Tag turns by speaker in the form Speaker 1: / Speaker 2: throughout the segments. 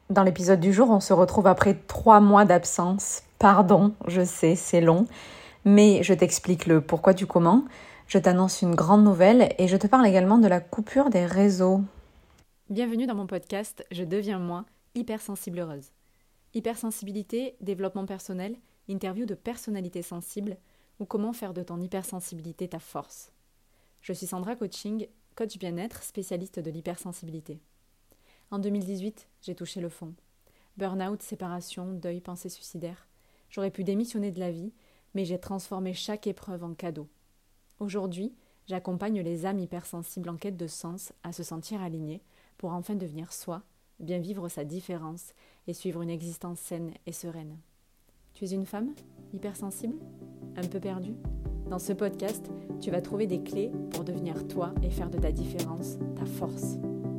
Speaker 1: Dans l'épisode du jour, on se retrouve après 3 mois d'absence. Pardon, je sais, c'est long, mais je t'explique le pourquoi du comment. Je t'annonce une grande nouvelle et je te parle également de la coupure des réseaux.
Speaker 2: Bienvenue dans mon podcast « Je deviens moi, hypersensible heureuse ». Hypersensibilité, développement personnel, interview de personnalités sensibles ou comment faire de ton hypersensibilité ta force. Je suis Sandra Coaching, coach bien-être, spécialiste de l'hypersensibilité. En 2018, j'ai touché le fond. Burn-out, séparation, deuil, pensée suicidaire. J'aurais pu démissionner de la vie, mais j'ai transformé chaque épreuve en cadeau. Aujourd'hui, j'accompagne les âmes hypersensibles en quête de sens à se sentir alignées pour enfin devenir soi, bien vivre sa différence et suivre une existence saine et sereine. Tu es une femme hypersensible? Un peu perdue? Dans ce podcast, tu vas trouver des clés pour devenir toi et faire de ta différence ta force.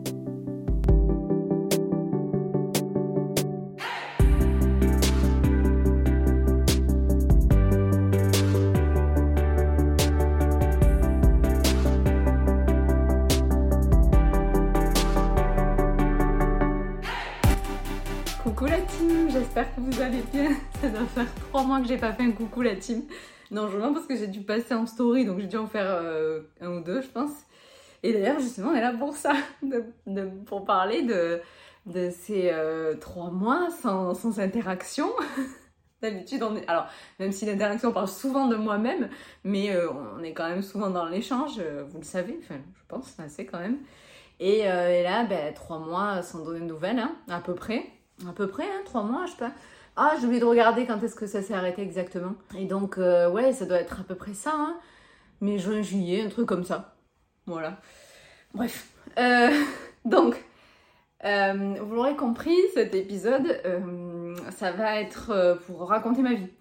Speaker 1: Coucou la team, j'espère que vous allez bien. Ça doit faire 3 mois que j'ai pas fait un coucou la team. Non, je viens parce que j'ai dû passer en story, donc j'ai dû en faire un ou deux, je pense. Et d'ailleurs, justement, on est là pour ça, pour parler de ces 3 mois sans interaction. D'habitude, alors, même si l'interaction, on parle souvent de moi-même, mais on est quand même souvent dans l'échange, vous le savez, enfin, je pense, assez quand même. Et là, 3 mois sans donner de nouvelles, hein, à peu près, 3 mois, je sais pas. Ah, j'ai oublié de regarder quand est-ce que ça s'est arrêté exactement. Et donc, ouais, ça doit être à peu près ça, hein. Mais juin, juillet, un truc comme ça. Voilà. Bref. Donc, vous l'aurez compris, cet épisode, ça va être pour raconter ma vie.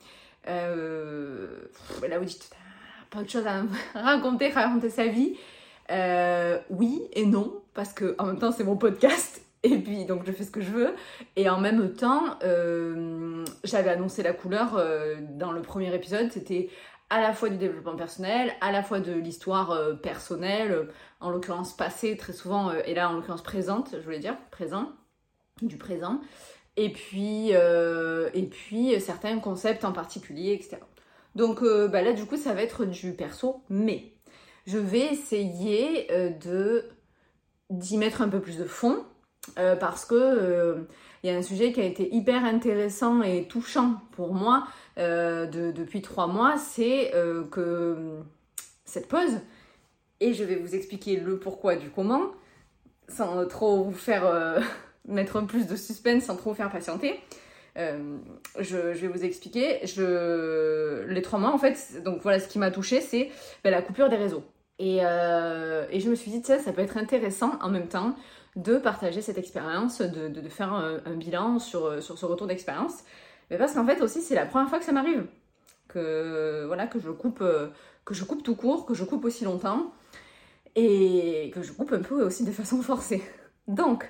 Speaker 1: Là, vous dites, pas autre chose à raconter sa vie. Oui et non, parce que en même temps, c'est mon podcast. Et puis, donc, je fais ce que je veux. Et en même temps, j'avais annoncé la couleur dans le premier épisode. C'était à la fois du développement personnel, à la fois de l'histoire personnelle, en l'occurrence passée très souvent, et là, en l'occurrence présente, je voulais dire, présent, du présent. Et puis certains concepts en particulier, etc. Donc, là, du coup, ça va être du perso, mais je vais essayer d'y mettre un peu plus de fond. Parce que y a un sujet qui a été hyper intéressant et touchant pour moi depuis 3 mois, c'est que cette pause, et je vais vous expliquer le pourquoi du comment, sans trop vous faire mettre plus de suspense, sans trop vous faire patienter. Je vais vous expliquer. Les 3 mois, en fait, donc voilà, ce qui m'a touchée, c'est la coupure des réseaux. Et je me suis dit, ça peut être intéressant en même temps de partager cette expérience, de faire un bilan sur ce retour d'expérience. Mais parce qu'en fait aussi, c'est la première fois que ça m'arrive. Que je coupe tout court, que je coupe aussi longtemps. Et que je coupe un peu aussi de façon forcée. Donc,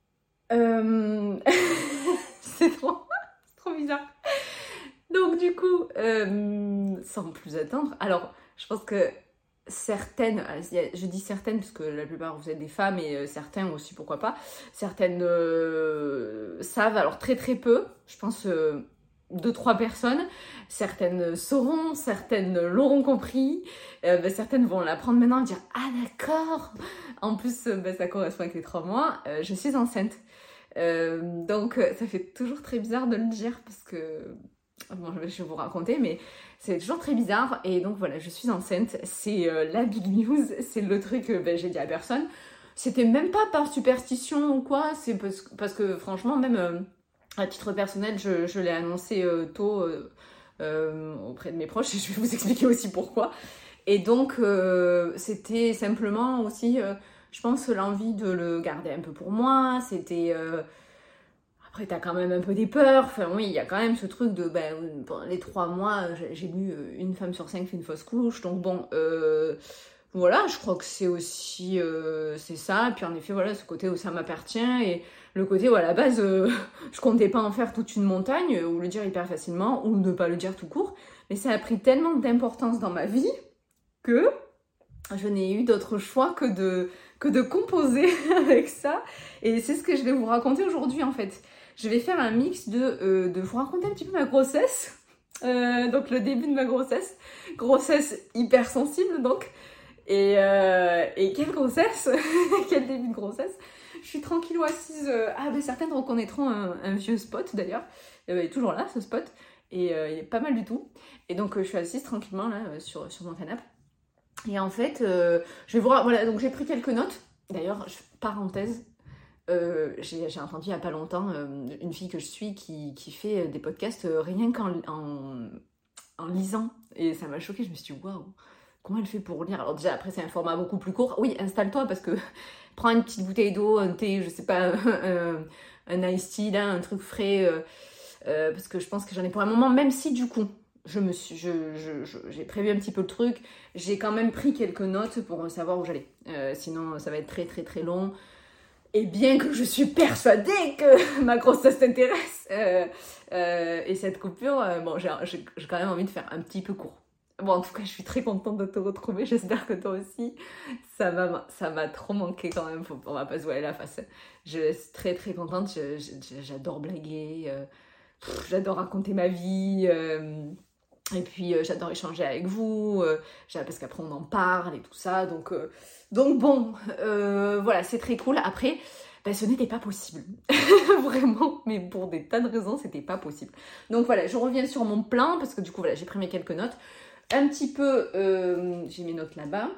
Speaker 1: c'est trop bizarre. Donc du coup, sans plus attendre, alors je pense que certaines, je dis certaines parce que la plupart vous êtes des femmes et certains aussi pourquoi pas, certaines savent, alors très très peu, je pense 2-3 personnes, certaines sauront, certaines l'auront compris, certaines vont l'apprendre maintenant et dire « Ah d'accord !» En plus, ça correspond avec les 3 mois, je suis enceinte. Donc ça fait toujours très bizarre de le dire parce que... Bon, je vais vous raconter, mais c'est toujours très bizarre. Et donc voilà, je suis enceinte. C'est la big news. C'est le truc que j'ai dit à personne. C'était même pas par superstition ou quoi. C'est parce que franchement, même à titre personnel, je l'ai annoncé tôt auprès de mes proches. Et je vais vous expliquer aussi pourquoi. Et donc, c'était simplement aussi, je pense, l'envie de le garder un peu pour moi. C'était... Après, t'as quand même un peu des peurs. Enfin, oui, il y a quand même ce truc de... pendant les 3 mois, j'ai lu une femme sur 5 fait une fausse couche. Donc bon, voilà, je crois que c'est aussi... c'est ça. Puis en effet, voilà, ce côté où ça m'appartient. Et le côté où à la base, je comptais pas en faire toute une montagne, ou le dire hyper facilement, ou ne pas le dire tout court. Mais ça a pris tellement d'importance dans ma vie que je n'ai eu d'autre choix que que de composer avec ça. Et c'est ce que je vais vous raconter aujourd'hui en fait. Je vais faire un mix de vous raconter un petit peu ma grossesse. Donc le début de ma grossesse hypersensible donc. Et quelle grossesse, quel début de grossesse. Je suis tranquillou assise. Certaines reconnaîtront un vieux spot d'ailleurs. Il est toujours là ce spot. Et il est pas mal du tout. Et donc je suis assise tranquillement là sur mon canapé. Et en fait, je vais voir. Voilà, donc j'ai pris quelques notes. D'ailleurs, parenthèse, j'ai entendu il y a pas longtemps une fille que je suis qui fait des podcasts rien en lisant. Et ça m'a choquée. Je me suis dit, waouh, comment elle fait pour lire? Alors déjà, après, c'est un format beaucoup plus court. Oui, installe-toi parce que prends une petite bouteille d'eau, un thé, je sais pas, un iced tea, là, un truc frais. Parce que je pense que j'en ai pour un moment, même si du coup, j'ai prévu un petit peu le truc. J'ai quand même pris quelques notes pour savoir où j'allais. Sinon, ça va être très, très, très long. Et bien que je suis persuadée que ma grossesse t'intéresse, et cette coupure, j'ai quand même envie de faire un petit peu court. Bon, en tout cas, je suis très contente de te retrouver. J'espère que toi aussi. Ça m'a trop manqué quand même. On va pas se voiler la face. Je suis très, très contente. J'adore blaguer. J'adore raconter ma vie. Et puis, j'adore échanger avec vous. Parce qu'après, on en parle et tout ça. Donc bon, voilà, c'est très cool. Après, ce n'était pas possible. Vraiment, mais pour des tas de raisons, c'était pas possible. Donc voilà, je reviens sur mon plan parce que du coup, voilà, j'ai pris mes quelques notes. Un petit peu, j'ai mes notes là-bas.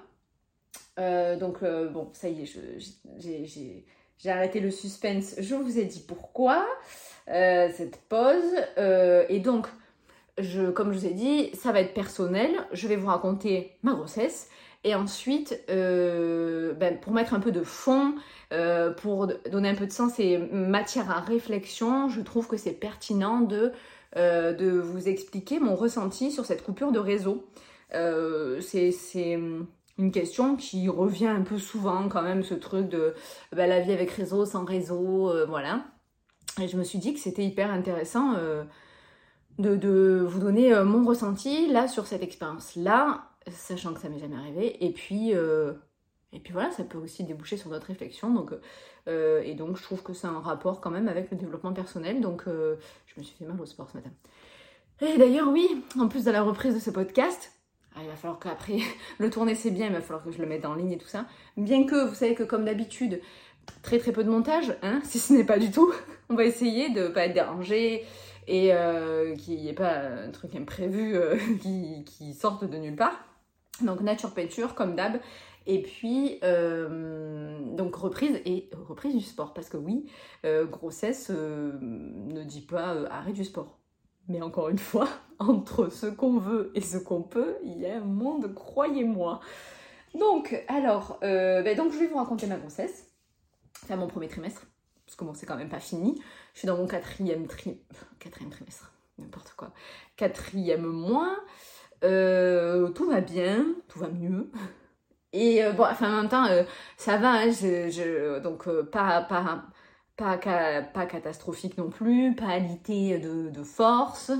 Speaker 1: Bon, ça y est, j'ai arrêté le suspense. Je vous ai dit pourquoi cette pause. Et donc, comme je vous ai dit, ça va être personnel. Je vais vous raconter ma grossesse. Et ensuite, pour mettre un peu de fond, pour donner un peu de sens et matière à réflexion, je trouve que c'est pertinent de vous expliquer mon ressenti sur cette coupure de réseau. C'est une question qui revient un peu souvent quand même, ce truc de la vie avec réseau, sans réseau, voilà. Et je me suis dit que c'était hyper intéressant de vous donner mon ressenti là sur cette expérience-là, sachant que ça m'est jamais arrivé. Et puis voilà, ça peut aussi déboucher sur d'autres réflexions. Donc je trouve que c'est un rapport quand même avec le développement personnel. Donc je me suis fait mal au sport ce matin. Et d'ailleurs, oui, en plus de la reprise de ce podcast, il va falloir qu'après le tourner c'est bien, il va falloir que je le mette en ligne et tout ça. Bien que, vous savez que comme d'habitude, très très peu de montage, hein, si ce n'est pas du tout. On va essayer de ne pas être dérangé et qu'il n'y ait pas un truc imprévu qui sorte de nulle part. Donc nature peinture comme d'hab. Et puis donc reprise du sport parce que oui, grossesse ne dit pas arrêt du sport. Mais encore une fois, entre ce qu'on veut et ce qu'on peut, il y a un monde, croyez-moi. Donc alors, donc je vais vous raconter ma grossesse, enfin mon premier trimestre, parce que bon c'est quand même pas fini. Je suis dans mon quatrième trimestre, n'importe quoi, 4e mois. Tout va bien, tout va mieux. Et en même temps, ça va, hein, donc pas catastrophique non plus, pas alité de force.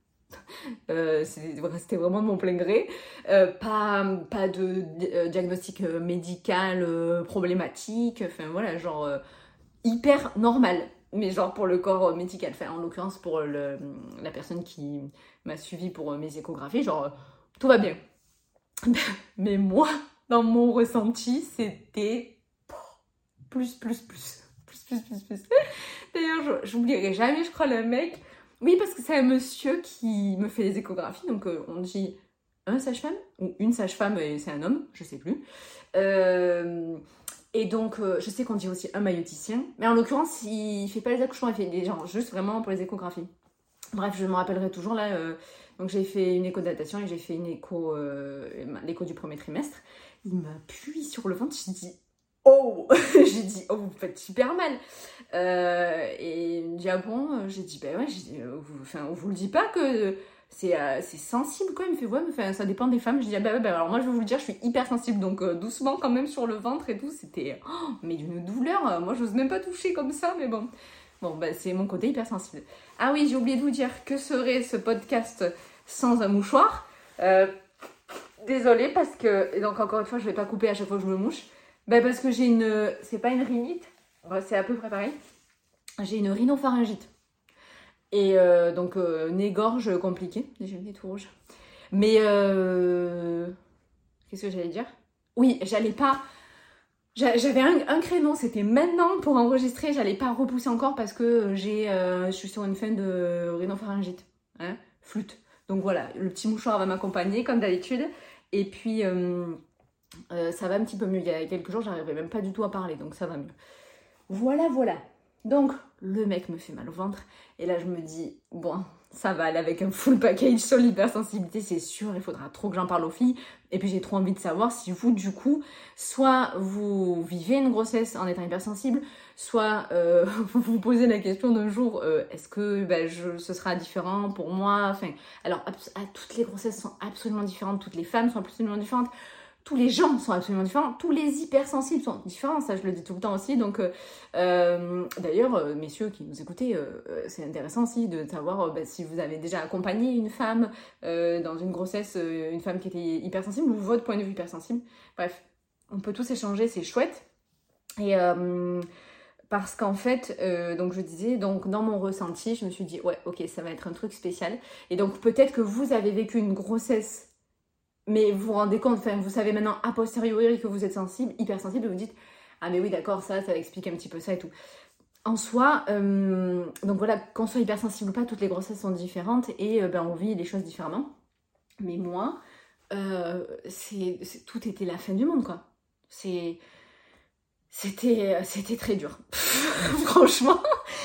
Speaker 1: C'était vraiment de mon plein gré. Pas de diagnostic médical problématique. Enfin voilà, genre hyper normal. Mais genre pour le corps médical. Enfin en l'occurrence pour la personne qui m'a suivi pour mes échographies, genre tout va bien. Mais moi, dans mon ressenti, c'était plus. D'ailleurs, j'oublierai jamais, je crois, le mec. Oui, parce que c'est un monsieur qui me fait les échographies. Donc, on dit un sage-femme ou une sage-femme et c'est un homme, je sais plus. Et donc, je sais qu'on dit aussi un maïeuticien. Mais en l'occurrence, il fait pas les accouchements, il fait des gens juste vraiment pour les échographies. Bref, je me rappellerai toujours là. Donc, j'ai fait une écho-datation et j'ai fait l'écho du premier trimestre. Il m'appuie sur le ventre, j'ai dit oh. J'ai dit oh, vous faites super mal. Et il me dit ah bon. J'ai dit ouais, on vous le dit pas que c'est sensible quoi. Il me fait ouais, mais ça dépend des femmes. Je dis alors moi je vais vous le dire, je suis hyper sensible, donc doucement quand même sur le ventre et tout. C'était mais d'une douleur. Moi j'ose même pas toucher comme ça, mais bon. Bon, c'est mon côté hypersensible. Ah oui, j'ai oublié de vous dire que serait ce podcast sans un mouchoir. Désolée parce que, et donc encore une fois, je vais pas couper à chaque fois que je me mouche. Parce que c'est pas une rhinite, c'est à peu près pareil. J'ai une rhinopharyngite. Et donc, nez-gorge compliqué. J'ai le nez tout rouge. Mais, qu'est-ce que j'allais dire? Oui, j'allais pas... J'avais un créneau, c'était maintenant pour enregistrer. J'allais pas repousser encore parce que je suis sur une fin de rhinopharyngite. Hein, flûte. Donc voilà, le petit mouchoir va m'accompagner comme d'habitude. Et puis, ça va un petit peu mieux. Il y a quelques jours, j'arrivais même pas du tout à parler, donc ça va mieux. Voilà. Donc, le mec me fait mal au ventre. Et là, je me dis, bon, ça va aller avec un full package sur l'hypersensibilité, c'est sûr. Il faudra trop que j'en parle aux filles. Et puis, j'ai trop envie de savoir si vous, du coup, soit vous vivez une grossesse en étant hypersensible, soit vous vous posez la question d'un jour, est-ce que ce sera différent pour moi? Enfin, alors, toutes les grossesses sont absolument différentes. Toutes les femmes sont absolument différentes. Tous les gens sont absolument différents, tous les hypersensibles sont différents, ça je le dis tout le temps aussi. Donc d'ailleurs, messieurs qui nous écoutez, c'est intéressant aussi de savoir si vous avez déjà accompagné une femme dans une grossesse, une femme qui était hypersensible ou votre point de vue hypersensible. Bref, on peut tous échanger, c'est chouette. Et parce qu'en fait, donc je disais, donc dans mon ressenti, je me suis dit, ouais, ok, ça va être un truc spécial. Et donc peut-être que vous avez vécu une grossesse, mais vous vous rendez compte, enfin, vous savez maintenant a posteriori que vous êtes sensible, hypersensible, et vous dites ah mais oui d'accord, ça explique un petit peu ça et tout. En soi, donc voilà, qu'on soit hypersensible ou pas, toutes les grossesses sont différentes et on vit les choses différemment. Mais moi, tout était la fin du monde quoi. C'était très dur. Franchement.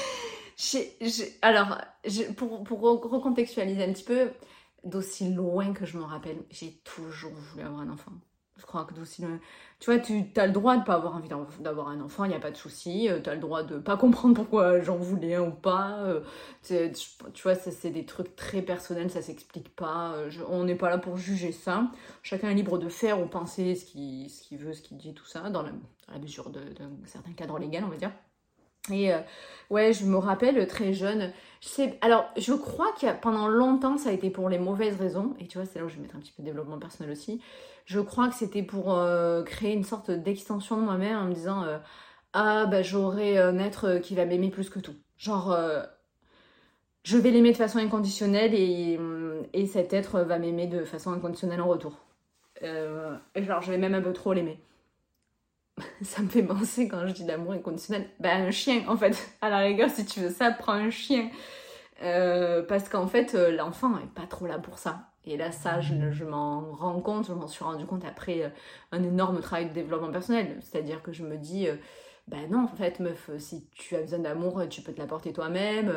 Speaker 1: Pour recontextualiser un petit peu, d'aussi loin que je me rappelle, j'ai toujours voulu avoir un enfant. Je crois que d'aussi loin... Tu vois, tu as le droit de pas avoir envie d'avoir un enfant, il n'y a pas de souci. Tu as le droit de pas comprendre pourquoi j'en voulais un ou pas. Tu vois, c'est des trucs très personnels, ça s'explique pas. On n'est pas là pour juger ça. Chacun est libre de faire ou penser ce qu'il veut, ce qu'il dit, tout ça, dans la mesure d'un certain cadre légal, on va dire. Et ouais, je me rappelle très jeune. Alors, je crois que pendant longtemps, ça a été pour les mauvaises raisons. Et tu vois, c'est là où je vais mettre un petit peu de développement personnel aussi. Je crois que c'était pour créer une sorte d'extension de moi-même en me disant j'aurai un être qui va m'aimer plus que tout. Genre, je vais l'aimer de façon inconditionnelle et cet être va m'aimer de façon inconditionnelle en retour. Et genre, je vais même un peu trop l'aimer. Ça me fait penser quand je dis l'amour inconditionnel, un chien en fait, à la rigueur si tu veux ça, prends un chien. Parce qu'en fait l'enfant est pas trop là pour ça. Et là ça je m'en rends compte, je m'en suis rendu compte après un énorme travail de développement personnel. C'est-à-dire que je me dis, non en fait meuf, si tu as besoin d'amour, tu peux te l'apporter toi-même.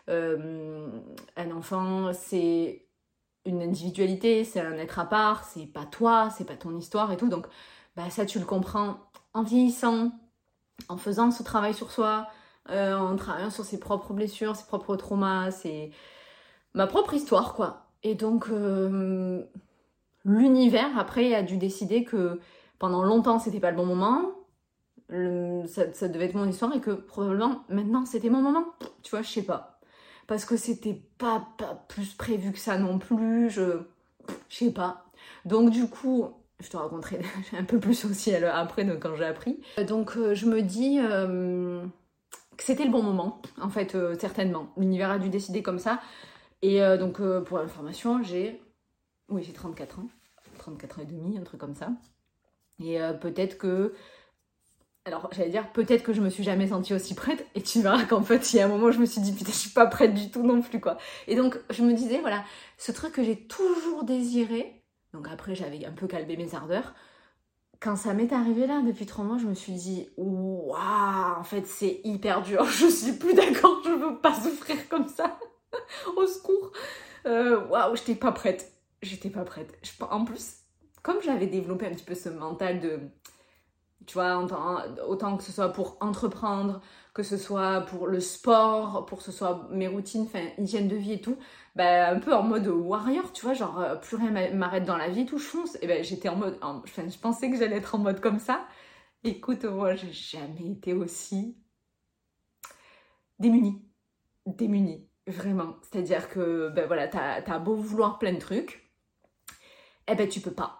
Speaker 1: Un enfant c'est une individualité, c'est un être à part, c'est pas toi, c'est pas ton histoire et tout. Donc ça tu le comprends en vieillissant, en faisant ce travail sur soi, en travaillant sur ses propres blessures, ses propres traumas, c'est ma propre histoire quoi. Et donc l'univers après a dû décider que pendant longtemps c'était pas le bon moment, ça devait être mon histoire et que probablement maintenant c'était mon moment, tu vois, je sais pas. Parce que c'était pas plus prévu que ça non plus, je sais pas. Donc du coup, je te raconterai un peu plus aussi après quand j'ai appris. Donc je me dis que c'était le bon moment, en fait, certainement. L'univers a dû décider comme ça. Et donc pour l'information, j'ai 34 ans. 34 ans et demi, un truc comme ça. Et peut-être que... Alors, j'allais dire, peut-être que je me suis jamais sentie aussi prête. Et tu verras qu'en fait, il y a un moment, je me suis dit, putain, je suis pas prête du tout non plus, quoi. Et donc, je me disais, voilà, ce truc que j'ai toujours désiré... Donc après, j'avais un peu calmé mes ardeurs. Quand ça m'est arrivé là, depuis 3 mois, je me suis dit, waouh, en fait, c'est hyper dur. Je suis plus d'accord, je veux pas souffrir comme ça. Au secours. Waouh, j'étais pas prête. En plus, comme j'avais développé un petit peu ce mental de... Tu vois, autant que ce soit pour entreprendre, que ce soit pour le sport, pour que ce soit mes routines, enfin, hygiène de vie et tout, un peu en mode warrior, tu vois, genre plus rien m'arrête dans la vie, tout, je fonce. Et j'étais en mode, je pensais que j'allais être en mode comme ça. Écoute, moi, j'ai jamais été aussi démunie, vraiment. C'est-à-dire que, voilà, t'as beau vouloir plein de trucs, tu peux pas.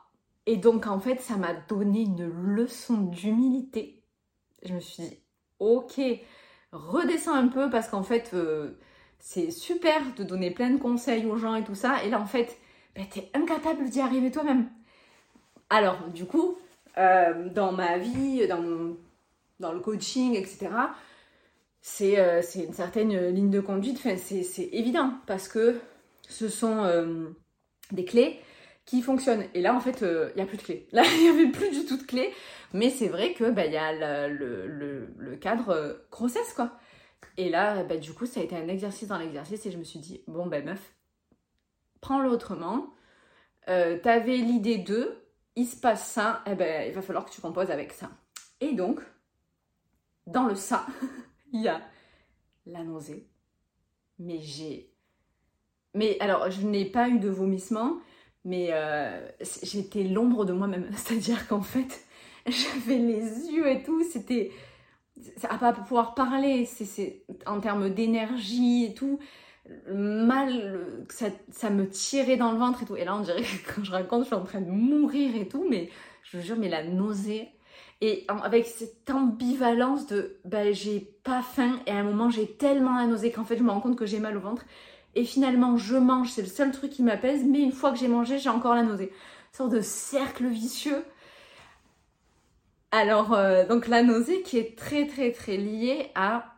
Speaker 1: Et donc, en fait, ça m'a donné une leçon d'humilité. Je me suis dit, ok, redescends un peu parce qu'en fait, c'est super de donner plein de conseils aux gens et tout ça. Et là, en fait, t'es incapable d'y arriver toi-même. Alors, du coup, dans ma vie, dans le coaching, etc., c'est une certaine ligne de conduite. Enfin, c'est évident parce que ce sont des clés qui fonctionnent. Et là, en fait, il n'y a plus de clés. Là, il n'y avait plus du tout de clés. Mais c'est vrai que y a le cadre grossesse, quoi. Et là, du coup, ça a été un exercice dans l'exercice et je me suis dit, bon, meuf, prends-le autrement. T'avais l'idée de, il se passe ça, il va falloir que tu composes avec ça. Et donc, dans le ça, il y a la nausée. Mais alors, je n'ai pas eu de vomissement, mais j'étais l'ombre de moi-même. C'est-à-dire qu'en fait, j'avais les yeux et tout, c'était... à pas pouvoir parler, c'est en termes d'énergie et tout, mal, ça me tirait dans le ventre et tout. Et là, on dirait que quand je raconte, je suis en train de mourir et tout, mais je vous jure, mais la nausée... Et avec cette ambivalence de j'ai pas faim et à un moment j'ai tellement la nausée qu'en fait je me rends compte que j'ai mal au ventre et finalement je mange, c'est le seul truc qui m'apaise, mais une fois que j'ai mangé j'ai encore la nausée. Une sorte de cercle vicieux. Alors donc la nausée qui est très très très liée à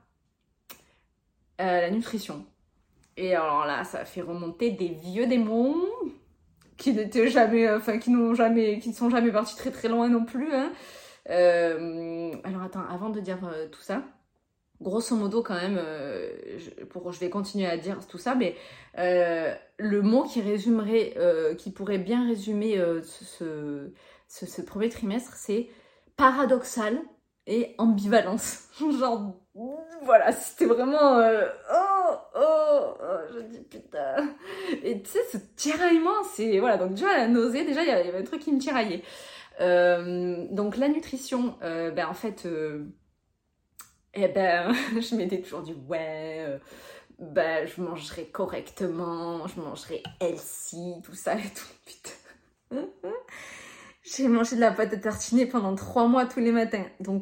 Speaker 1: la nutrition. Et alors là ça fait remonter des vieux démons qui n'étaient jamais, qui ne sont jamais partis très très loin non plus, hein. Alors attends, avant de dire tout ça, grosso modo quand même, je vais continuer à dire tout ça, mais le mot qui résumerait, qui pourrait bien résumer ce premier trimestre, c'est paradoxal et ambivalence. Genre, voilà, c'était vraiment... je dis putain. Et tu sais, ce tiraillement, c'est... Voilà, donc déjà la nausée, déjà il y avait un truc qui me tiraillait. Donc la nutrition, en fait, je m'étais toujours dit je mangerai correctement, je mangerai healthy, tout ça et tout, putain. J'ai mangé de la pâte à tartiner pendant 3 mois tous les matins, donc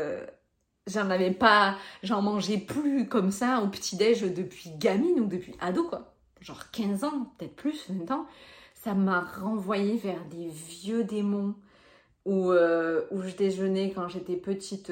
Speaker 1: j'en mangeais plus comme ça au petit-déj depuis gamine ou depuis ado, quoi. Genre 15 ans, peut-être plus, 20 ans. Ça m'a renvoyé vers des vieux démons où je déjeunais quand j'étais petite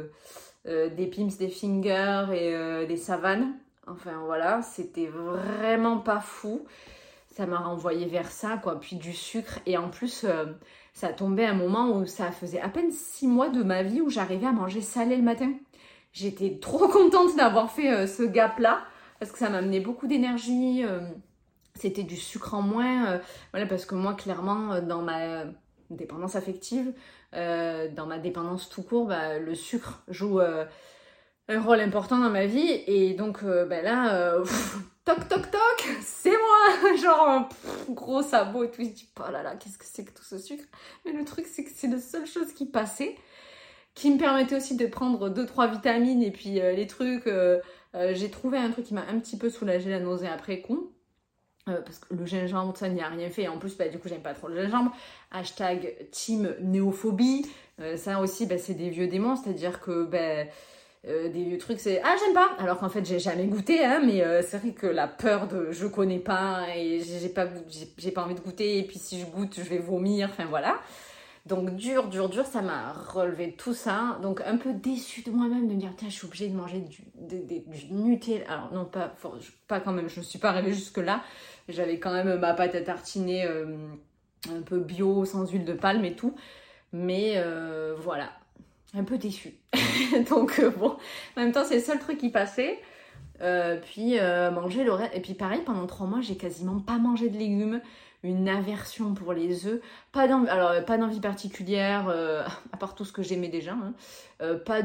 Speaker 1: des Pim's, des Fingers et des Savanes. Enfin voilà, c'était vraiment pas fou. Ça m'a renvoyé vers ça, quoi. Puis du sucre. Et en plus, ça tombait à un moment où ça faisait à peine 6 mois de ma vie où j'arrivais à manger salé le matin. J'étais trop contente d'avoir fait ce gap-là parce que ça m'amenait beaucoup d'énergie. C'était du sucre en moins. Voilà, parce que moi, clairement, dans ma dépendance affective, dans ma dépendance tout court, le sucre joue un rôle important dans ma vie. Et donc là, toc toc toc, c'est moi. Genre gros sabot et tout. Je dis oh là là, qu'est-ce que c'est que tout ce sucre. Mais le truc, c'est que c'est la seule chose qui passait, qui me permettait aussi de prendre 2-3 vitamines. Et puis les trucs, j'ai trouvé un truc qui m'a un petit peu soulagé la nausée après coup. Parce que le gingembre, ça n'y a rien fait. Et en plus, du coup, j'aime pas trop le gingembre. Hashtag team néophobie. Ça aussi, c'est des vieux démons. C'est-à-dire que des vieux trucs, c'est ah, j'aime pas. Alors qu'en fait, j'ai jamais goûté, hein, mais c'est vrai que la peur de je connais pas et j'ai pas envie de goûter. Et puis si je goûte, je vais vomir. Enfin voilà. Donc dur, ça m'a relevé tout ça. Donc un peu déçue de moi-même de me dire tiens, je suis obligée de manger du Nutella. Alors non, pas quand même, je ne suis pas arrivée jusque là. J'avais quand même ma pâte à tartiner un peu bio, sans huile de palme et tout. Mais voilà, un peu déçue. Donc bon, en même temps c'est le seul truc qui passait. Puis manger le reste. Et puis pareil, pendant 3 mois, j'ai quasiment pas mangé de légumes. Une aversion pour les œufs, pas d'envie particulière, à part tout ce que j'aimais déjà, hein. Pas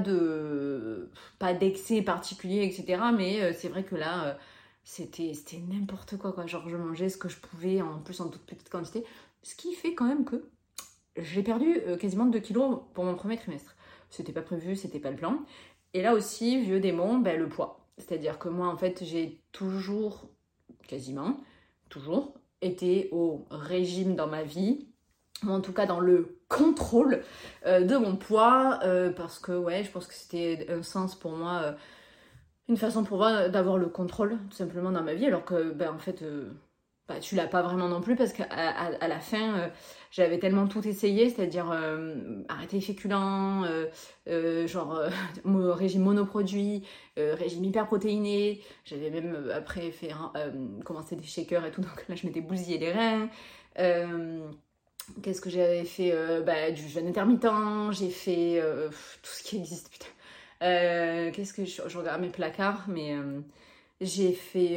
Speaker 1: d'excès particulier, etc. Mais c'est vrai que là, c'était n'importe quoi. Genre je mangeais ce que je pouvais, en plus en toute petite quantité, ce qui fait quand même que j'ai perdu quasiment 2 kilos pour mon premier trimestre. C'était pas prévu, c'était pas le plan. Et là aussi, vieux démon, le poids. C'est-à-dire que moi, en fait, j'ai quasiment toujours, été au régime dans ma vie. ou en tout cas dans le contrôle de mon poids, parce que ouais, je pense que c'était un sens pour moi, une façon pour moi d'avoir le contrôle tout simplement dans ma vie, alors que en fait tu l'as pas vraiment non plus, parce qu'à la fin j'avais tellement tout essayé, c'est-à-dire arrêter les féculents, régime monoproduit, régime hyperprotéiné, j'avais même après fait commencer des shakers et tout, donc là je m'étais bousillé les reins. Qu'est-ce que j'avais fait, du jeûne intermittent, j'ai fait tout ce qui existe, putain. Qu'est-ce que je regarde mes placards, mais j'ai fait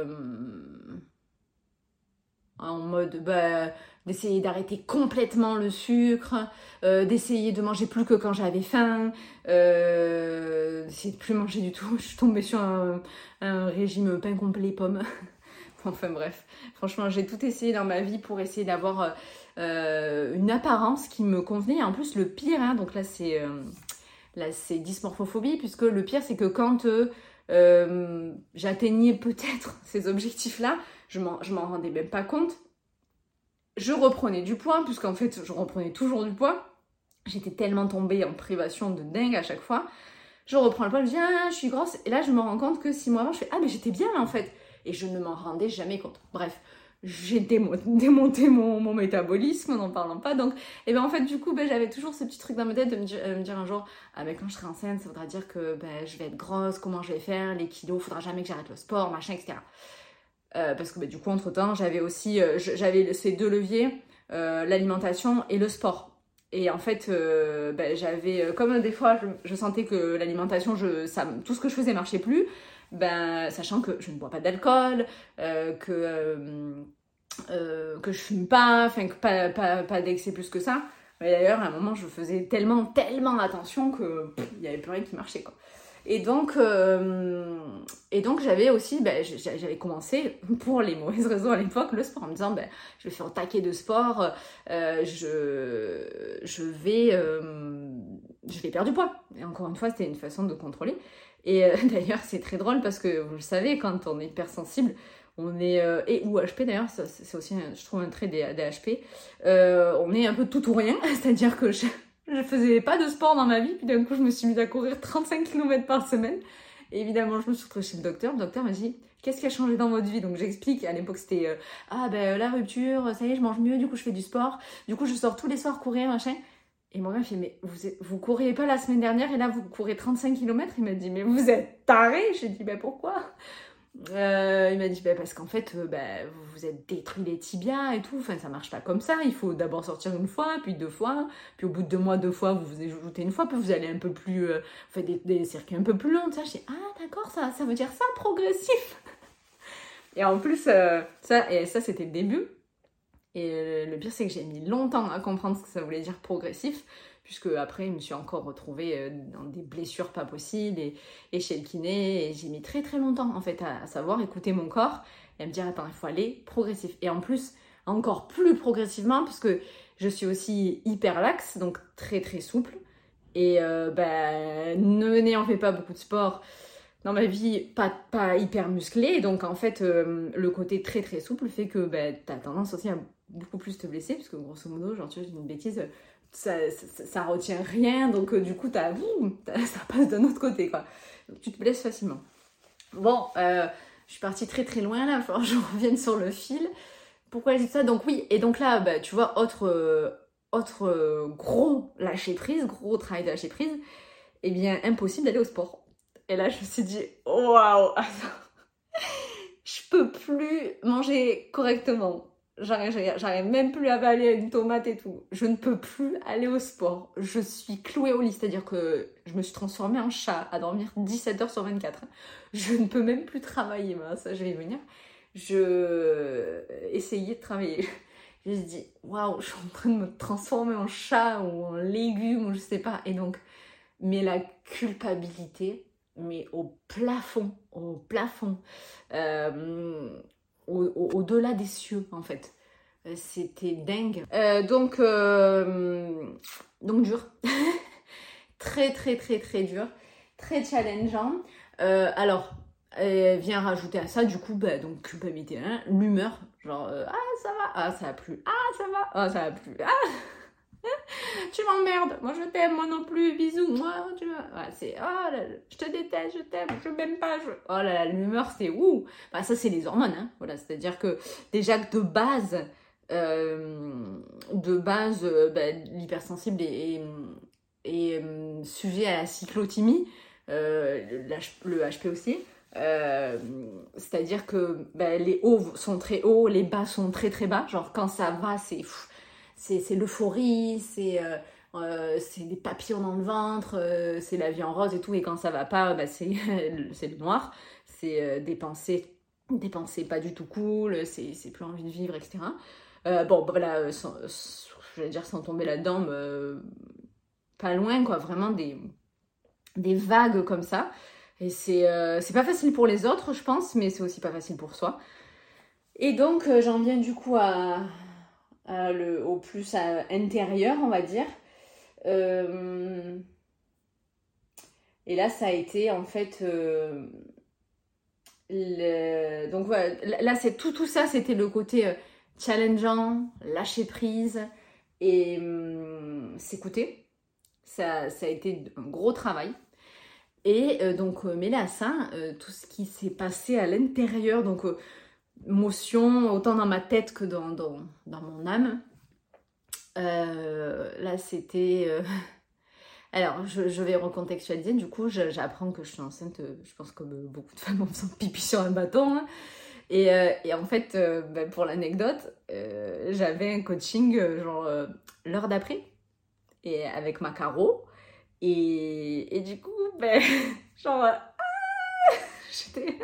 Speaker 1: en mode d'essayer d'arrêter complètement le sucre, d'essayer de manger plus que quand j'avais faim, d'essayer de plus manger du tout. Je suis tombée sur un régime pain complet pomme. Enfin bref, franchement j'ai tout essayé dans ma vie pour essayer d'avoir une apparence qui me convenait. En plus le pire, hein, donc là c'est dysmorphophobie, puisque le pire c'est que quand j'atteignais peut-être ces objectifs-là, je m'en rendais même pas compte. Je reprenais du poids, puisqu'en fait je reprenais toujours du poids. J'étais tellement tombée en privation de dingue à chaque fois. Je reprends le poids, je me dis je suis grosse, et là je me rends compte que 6 mois avant je fais mais j'étais bien là en fait. Et je ne m'en rendais jamais compte. Bref, j'ai démonté mon métabolisme, n'en parlant pas. Donc, en fait, du coup, j'avais toujours ce petit truc dans ma tête de me dire un jour, quand je serai enceinte, ça voudra dire que je vais être grosse, comment je vais faire, les kilos, faudra jamais que j'arrête le sport, machin, etc. Parce que du coup, entre-temps, j'avais aussi j'avais ces 2 leviers, l'alimentation et le sport. Et en fait, j'avais, comme des fois, je sentais que l'alimentation, tout ce que je faisais marchait plus. Sachant que je ne bois pas d'alcool, que je fume pas, enfin que pas d'excès plus que ça. Mais d'ailleurs, à un moment, je faisais tellement attention que il n'y avait plus rien qui marchait, quoi. Et donc j'avais aussi, j'avais commencé, pour les mauvaises raisons à l'époque, le sport, en me disant, je vais faire un taquet de sport, je vais perdre du poids. Et encore une fois, c'était une façon de contrôler. Et d'ailleurs, c'est très drôle parce que, vous le savez, quand on est hypersensible, on est, ou HP d'ailleurs, c'est aussi, je trouve, un trait des HP, on est un peu tout ou rien, c'est-à-dire que je faisais pas de sport dans ma vie, puis d'un coup, je me suis mise à courir 35 km par semaine. Et évidemment, je me suis retrouvée chez le docteur. Le docteur m'a dit, qu'est-ce qui a changé dans votre vie? Donc j'explique, à l'époque, c'était, la rupture, ça y est, je mange mieux, du coup, je fais du sport, du coup, je sors tous les soirs courir, machin. Et moi, il m'a fait, mais vous couriez pas la semaine dernière et là, vous courez 35 km? Il m'a dit, mais vous êtes taré? J'ai dit, pourquoi? Il m'a dit, parce qu'en fait, vous vous êtes détruit les tibias et tout. Enfin, ça marche pas comme ça. Il faut d'abord sortir 1 fois, puis 2 fois. Puis au bout de 2 mois, 2 fois, vous vous ajoutez 1 fois. Puis vous allez un peu plus, vous faites des circuits un peu plus longs. J'ai dit, d'accord, ça veut dire ça, progressif. Et en plus, ça c'était le début. Et le pire, c'est que j'ai mis longtemps à comprendre ce que ça voulait dire progressif, puisque après, je me suis encore retrouvée dans des blessures pas possibles et chez le kiné. Et j'ai mis très très longtemps, en fait, à savoir écouter mon corps et à me dire, attends, il faut aller progressif. Et en plus, encore plus progressivement, parce que je suis aussi hyper laxe, donc très très souple. Et n'ayant fait pas beaucoup de sport dans ma vie, pas hyper musclée, donc en fait, le côté très très souple fait que t'as tendance aussi à beaucoup plus te blesser, parce que grosso modo, genre tu vois, j'ai une bêtise, ça retient rien, donc du coup ça passe d'un autre côté, quoi. Donc tu te blesses facilement. Bon, je suis partie très très loin là, il va falloir que je revienne sur le fil. Pourquoi j'ai dit ça? Donc oui, et donc là, tu vois, autre gros lâcher prise, gros travail de lâcher prise, eh bien impossible d'aller au sport. Et là je me suis dit, waouh, je peux plus manger correctement. J'arrive même plus à avaler une tomate et tout. Je ne peux plus aller au sport. Je suis clouée au lit, c'est-à-dire que je me suis transformée en chat à dormir 17 heures sur 24. Je ne peux même plus travailler, ça je vais y venir. Essayais de travailler. Je me suis dit, waouh, je suis en train de me transformer en chat ou en légume ou je sais pas. Et donc, mais la culpabilité, mais au plafond, au-delà des cieux en fait. C'était dingue. Donc dur. Très très très très dur. Très challengeant. Alors vient rajouter à ça, du coup, donc culpabilité, hein, l'humeur, genre, ça va, ça va plus, ça va, ça va plus, tu m'emmerdes, moi je t'aime, moi non plus, bisous, moi, tu vois, c'est, oh là là, je te déteste, je t'aime, je m'aime pas, oh là là, l'humeur, c'est ouh, ça c'est les hormones, hein, voilà, c'est-à-dire que déjà que de base, l'hypersensible est sujet à la cyclothymie, le HP aussi. C'est-à-dire que les hauts sont très hauts, les bas sont très très bas. Genre quand ça va, c'est l'euphorie, c'est des papillons dans le ventre, c'est la vie en rose et tout. Et quand ça va pas, c'est le noir, c'est des pensées pas du tout cool, c'est plus envie de vivre, etc. Voilà, je vais dire sans tomber là-dedans, pas loin, quoi, vraiment des vagues comme ça. Et c'est pas facile pour les autres, je pense, mais c'est aussi pas facile pour soi. Et donc, j'en viens du coup au plus intérieur, on va dire. Et là, ça a été, en fait... Donc, voilà, là, c'est tout ça, c'était le côté challengeant, lâcher prise et s'écouter. Ça a été un gros travail. Et donc, mêlé à ça, tout ce qui s'est passé à l'intérieur, donc motion, autant dans ma tête que dans mon âme, là c'était... Alors, je vais recontextualiser, du coup, j'apprends que je suis enceinte, je pense comme beaucoup de femmes en faisant pipi sur un bâton. Hein. Et en fait, pour l'anecdote, j'avais un coaching l'heure d'après, et avec ma Caro. Et du coup, j'étais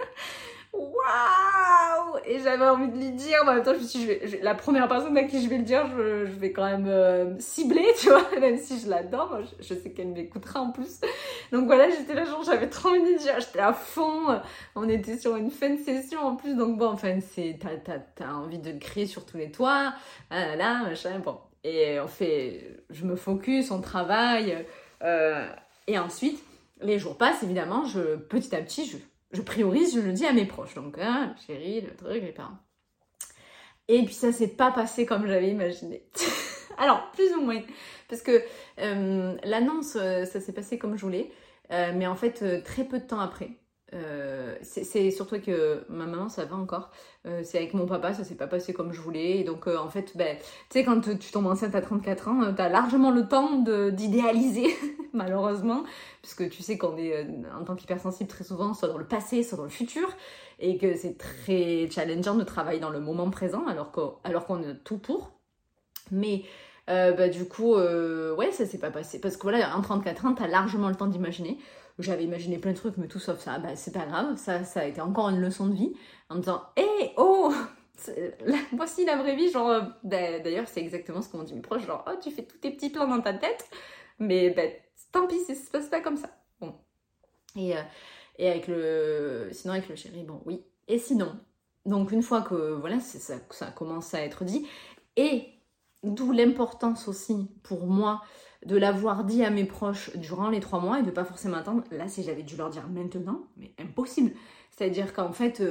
Speaker 1: waouh! Et j'avais envie de lui dire, en même temps, je me suis dit, la première personne à qui je vais le dire, je vais quand même cibler, tu vois, même si je l'adore, je sais qu'elle m'écoutera en plus. Donc voilà, j'étais là, j'avais trop envie de dire, j'étais à fond, on était sur une fin de session en plus, donc bon, enfin, t'as envie de crier sur tous les toits, là, machin, bon. Et je me focus, on travaille. Et ensuite, les jours passent, évidemment, petit à petit, je priorise, je le dis à mes proches. Donc, chérie, le truc, les parents. Et puis, ça s'est pas passé comme j'avais imaginé. Alors, plus ou moins. Parce que l'annonce, ça s'est passé comme je voulais. Mais en fait, très peu de temps après. C'est surtout avec ma maman, ça va encore. C'est avec mon papa, ça s'est pas passé comme je voulais. Et donc, en fait, tu sais, quand tu tombes enceinte à 34 ans, t'as largement le temps d'idéaliser, malheureusement. Puisque tu sais qu'on est, en tant qu'hypersensible, très souvent, soit dans le passé, soit dans le futur. Et que c'est très challengeant de travailler dans le moment présent, alors qu'on a tout pour. Mais... du coup, ouais, ça s'est pas passé. Parce que voilà, en 34 ans, t'as largement le temps d'imaginer. J'avais imaginé plein de trucs, mais tout sauf ça, c'est pas grave. Ça a été encore une leçon de vie. En me disant, hé, oh, voici la vraie vie. Genre, d'ailleurs, c'est exactement ce qu'ont dit mes proches. Genre, oh, tu fais tous tes petits plans dans ta tête. Mais tant pis, ça se passe pas comme ça. Bon. Et avec le chéri, bon, oui. Et sinon, donc une fois que, voilà, ça commence à être dit. Et... d'où l'importance aussi pour moi de l'avoir dit à mes proches durant les 3 mois et de pas forcément attendre. Là, si j'avais dû leur dire maintenant, mais impossible. C'est-à-dire qu'en fait,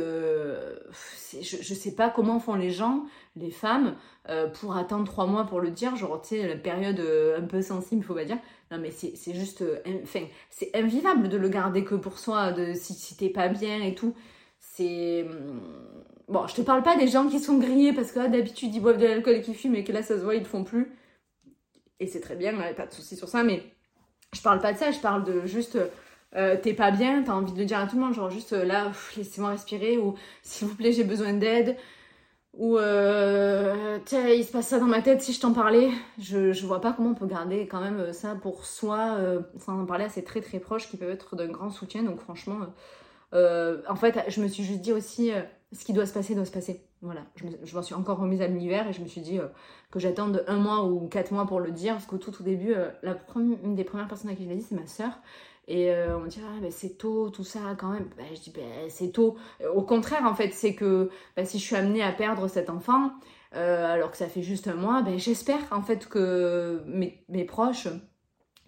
Speaker 1: je sais pas comment font les gens, les femmes, pour attendre 3 mois pour le dire. Genre, tu sais, la période un peu sensible, faut pas dire. Non, mais c'est juste... c'est invivable de le garder que pour soi, si t'es pas bien et tout. C'est... Bon, je te parle pas des gens qui sont grillés parce que d'habitude ils boivent de l'alcool et qu'ils fument et que là ça se voit, ils le font plus. Et c'est très bien, pas de soucis sur ça, mais je parle pas de ça, je parle de juste t'es pas bien, t'as envie de le dire à tout le monde, genre juste là, laissez-moi respirer, ou s'il vous plaît, j'ai besoin d'aide, ou tiens, il se passe ça dans ma tête, si je t'en parlais. Je vois pas comment on peut garder quand même ça pour soi, sans en parler à ses très très proches qui peuvent être d'un grand soutien, donc franchement. En fait, je me suis juste dit aussi, ce qui doit se passer, doit se passer. Voilà, je m'en suis encore remise à l'univers et je me suis dit que j'attende 1 mois ou 4 mois pour le dire, parce qu'au tout début, une des premières personnes à qui je l'ai dit, c'est ma sœur. Et on me dit, c'est tôt, tout ça, quand même. Je dis, c'est tôt. Au contraire, en fait, c'est que si je suis amenée à perdre cet enfant, alors que ça fait juste 1 mois, j'espère, en fait, que mes proches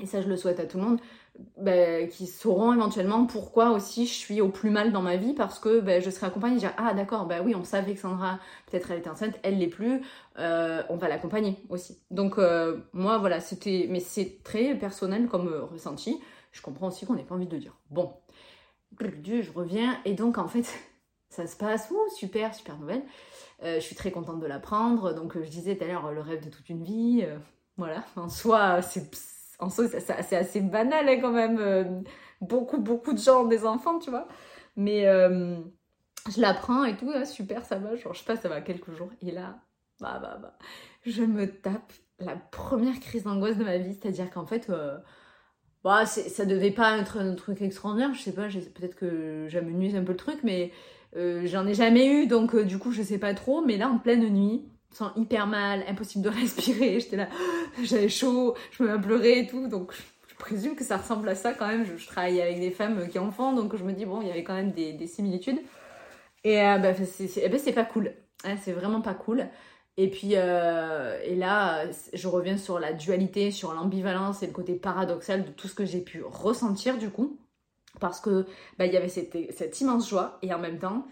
Speaker 1: et ça je le souhaite à tout le monde, qui sauront éventuellement pourquoi aussi je suis au plus mal dans ma vie, parce que je serai accompagnée, dire ah d'accord, oui on savait que Sandra, peut-être elle était enceinte, elle l'est plus, on va l'accompagner aussi. Donc moi voilà, mais c'est très personnel comme ressenti. Je comprends aussi qu'on n'ait pas envie de dire. Bon, je reviens, et donc en fait ça se passe, super nouvelle. Je suis très contente de l'apprendre, donc je disais tout à l'heure, le rêve de toute une vie, voilà, en soi c'est assez banal hein, quand même, beaucoup de gens ont des enfants, tu vois, mais je l'apprends et tout, super, ça va, genre je sais pas, ça va quelques jours, et là, je me tape la première crise d'angoisse de ma vie, c'est-à-dire qu'en fait, ça devait pas être un truc extraordinaire, je sais pas, peut-être que j'amenuise un peu le truc, mais j'en ai jamais eu, donc du coup je sais pas trop, mais là en pleine nuit, je me sens hyper mal, impossible de respirer, j'étais là, j'avais chaud, je me mets à pleurer et tout, donc je présume que ça ressemble à ça quand même. Je travaille avec des femmes qui ont enfants, donc je me dis bon, il y avait quand même des similitudes, et c'est pas cool, hein, c'est vraiment pas cool. Et puis et là je reviens sur la dualité, sur l'ambivalence et le côté paradoxal de tout ce que j'ai pu ressentir du coup, parce que il y avait cette immense joie, et en même temps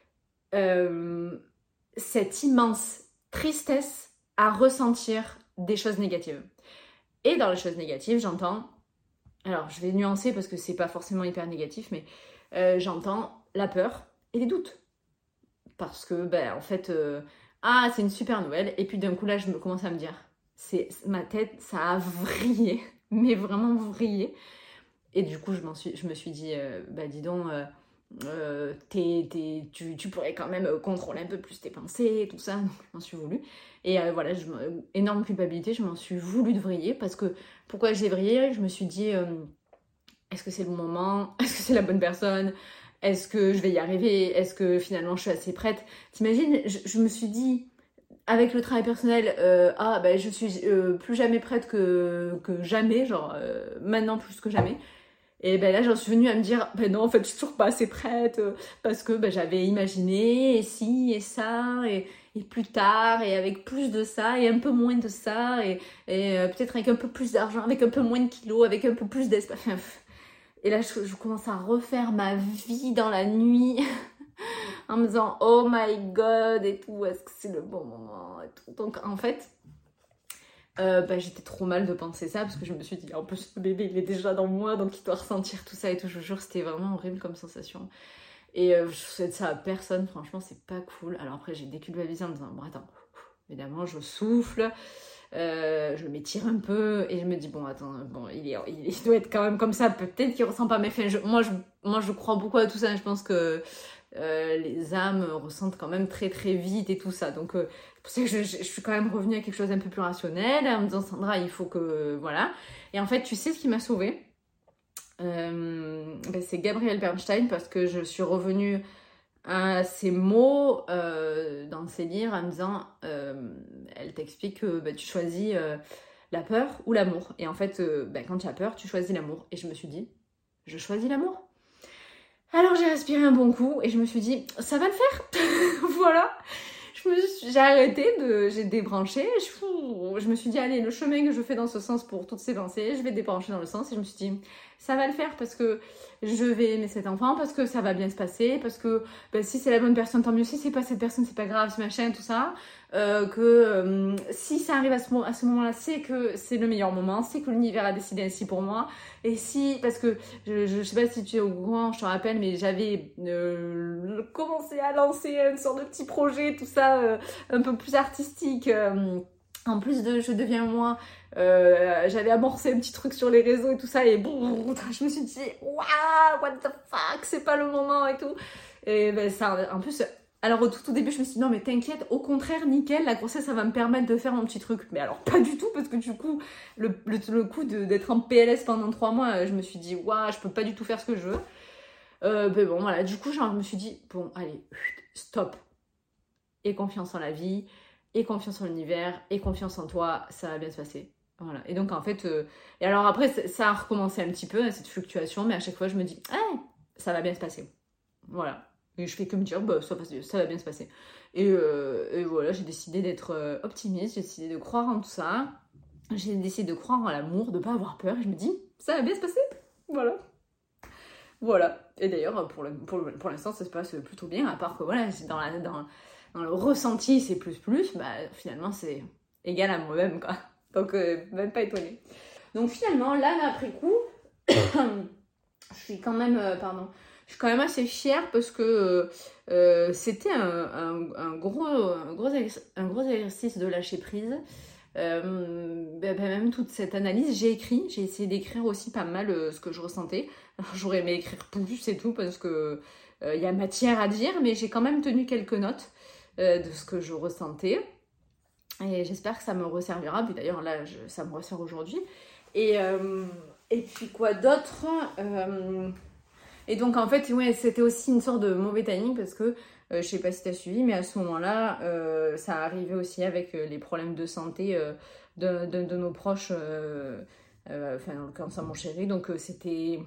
Speaker 1: cette immense tristesse à ressentir des choses négatives. Et dans les choses négatives, j'entends, alors je vais nuancer parce que c'est pas forcément hyper négatif, mais j'entends la peur et les doutes. Parce que, en fait, c'est une super nouvelle. Et puis d'un coup, là, je commence à me dire, ma tête, ça a vrillé, mais vraiment vrillé. Et du coup, je me suis dit, dis donc, tu pourrais quand même contrôler un peu plus tes pensées et tout ça. Donc, je m'en suis voulu. Et voilà, énorme culpabilité, je m'en suis voulu de vriller. Parce que, pourquoi j'ai vrillé? Je me suis dit, est-ce que c'est le bon moment? Est-ce que c'est la bonne personne? Est-ce que je vais y arriver? Est-ce que finalement je suis assez prête? T'imagines, je me suis dit, avec le travail personnel, je suis plus jamais prête que jamais, genre maintenant plus que jamais. Et là, j'en suis venue à me dire, non, en fait, je suis toujours pas assez prête, parce que j'avais imaginé, et si, et ça, et plus tard, et avec plus de ça, et un peu moins de ça, et peut-être avec un peu plus d'argent, avec un peu moins de kilos, avec un peu plus d'espace. Et là, je commence à refaire ma vie dans la nuit, en me disant, oh my god, et tout, est-ce que c'est le bon moment, et tout. Donc, en fait, j'étais trop mal de penser ça, parce que je me suis dit, en plus, le bébé, il est déjà dans moi, donc il doit ressentir tout ça et tout. Je vous jure, c'était vraiment horrible comme sensation. Et je souhaite ça à personne, franchement, c'est pas cool. Alors après, j'ai déculpabilisé en me disant, bon, attends, évidemment, je souffle, je m'étire un peu, et je me dis, bon, attends, il doit être quand même comme ça, peut-être qu'il ressent pas mes faits. Moi, je crois beaucoup à tout ça, je pense que les âmes ressentent quand même très très vite et tout ça, donc c'est pour ça que je suis quand même revenue à quelque chose d'un peu plus rationnel, en me disant, Sandra, il faut que, voilà. Et en fait, tu sais ce qui m'a sauvée? C'est Gabrielle Bernstein, parce que je suis revenue à ces mots dans ses livres, en me disant, elle t'explique que tu choisis la peur ou l'amour, et en fait quand tu as peur, tu choisis l'amour. Et je me suis dit, je choisis l'amour. Alors j'ai respiré un bon coup et je me suis dit, ça va le faire. Voilà, j'ai arrêté, j'ai débranché, je me suis dit, allez, le chemin que je fais dans ce sens pour toutes ces pensées, je vais débrancher dans le sens, et je me suis dit, ça va le faire, parce que je vais aimer cet enfant, parce que ça va bien se passer, parce que si c'est la bonne personne, tant mieux, si c'est pas cette personne, c'est pas grave, c'est machin, tout ça, si ça arrive à ce moment-là, c'est que c'est le meilleur moment, c'est que l'univers a décidé ainsi pour moi, et si, parce que je sais pas si tu es au courant, je te rappelle, mais j'avais commencé à lancer une sorte de petit projet, tout ça, un peu plus artistique, en plus de Je deviens moi, j'avais amorcé un petit truc sur les réseaux et tout ça, et bon, je me suis dit, waouh, what the fuck, c'est pas le moment et tout. Et ça, en plus, alors au début, je me suis dit, non mais t'inquiète, au contraire, nickel, la grossesse, ça va me permettre de faire mon petit truc. Mais alors pas du tout, parce que du coup, le coup d'être en PLS pendant 3 mois, je me suis dit, waouh, je peux pas du tout faire ce que je veux. Mais bon, voilà, du coup, je me suis dit, bon, allez, stop. Et confiance en la vie, et confiance en l'univers, et confiance en toi, ça va bien se passer. Voilà. Et donc, en fait, et alors après, ça a recommencé un petit peu, cette fluctuation, mais à chaque fois, je me dis, ça va bien se passer. Voilà. Et je fais que me dire, ça va bien se passer. Et voilà, j'ai décidé d'être optimiste, j'ai décidé de croire en tout ça. j'ai décidé de croire en l'amour, de pas avoir peur, et je me dis, ça va bien se passer. Voilà. Et d'ailleurs, pour l'instant, ça se passe plutôt bien, à part que voilà, dans le ressenti, c'est plus, bah finalement, c'est égal à moi-même, quoi. Donc, même pas étonnée. Donc finalement, là, après coup, je suis quand même, je suis quand même assez fière parce que c'était un gros exercice de lâcher prise. Même toute cette analyse, j'ai essayé d'écrire aussi pas mal ce que je ressentais. Alors, j'aurais aimé écrire plus et tout parce que y a matière à dire, mais j'ai quand même tenu quelques notes de ce que je ressentais. Et j'espère que ça me resservira. Puis d'ailleurs, là, ça me ressert aujourd'hui. Et puis quoi d'autre Et donc en fait, ouais, c'était aussi une sorte de mauvais timing parce que je sais pas si t'as suivi, mais à ce moment-là, ça arrivait aussi avec les problèmes de santé de nos proches, enfin dans le cancer de mon chéri. Donc c'était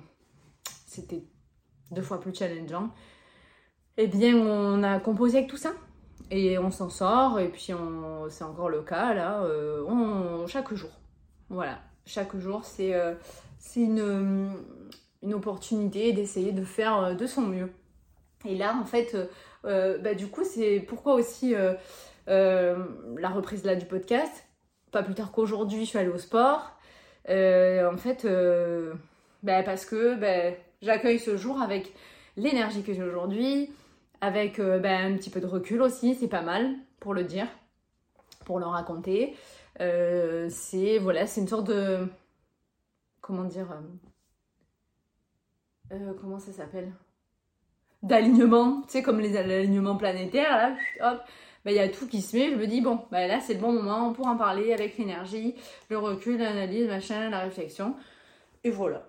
Speaker 1: 2 fois plus challengeant. Eh bien, on a composé avec tout ça. Et on s'en sort, et puis c'est encore le cas là, chaque jour. Voilà, chaque jour c'est une opportunité d'essayer de faire de son mieux. Et là en fait, du coup c'est pourquoi aussi la reprise là du podcast, pas plus tard qu'aujourd'hui je suis allée au sport. En fait, parce que j'accueille ce jour avec l'énergie que j'ai aujourd'hui, avec un petit peu de recul aussi, c'est pas mal pour le dire, pour le raconter. C'est une sorte de... Comment dire comment ça s'appelle, d'alignement, tu sais, comme l'alignement planétaire, là, hop, il y a tout qui se met, je me dis, bon, là, c'est le bon moment pour en parler avec l'énergie, le recul, l'analyse, machin, la réflexion, et voilà.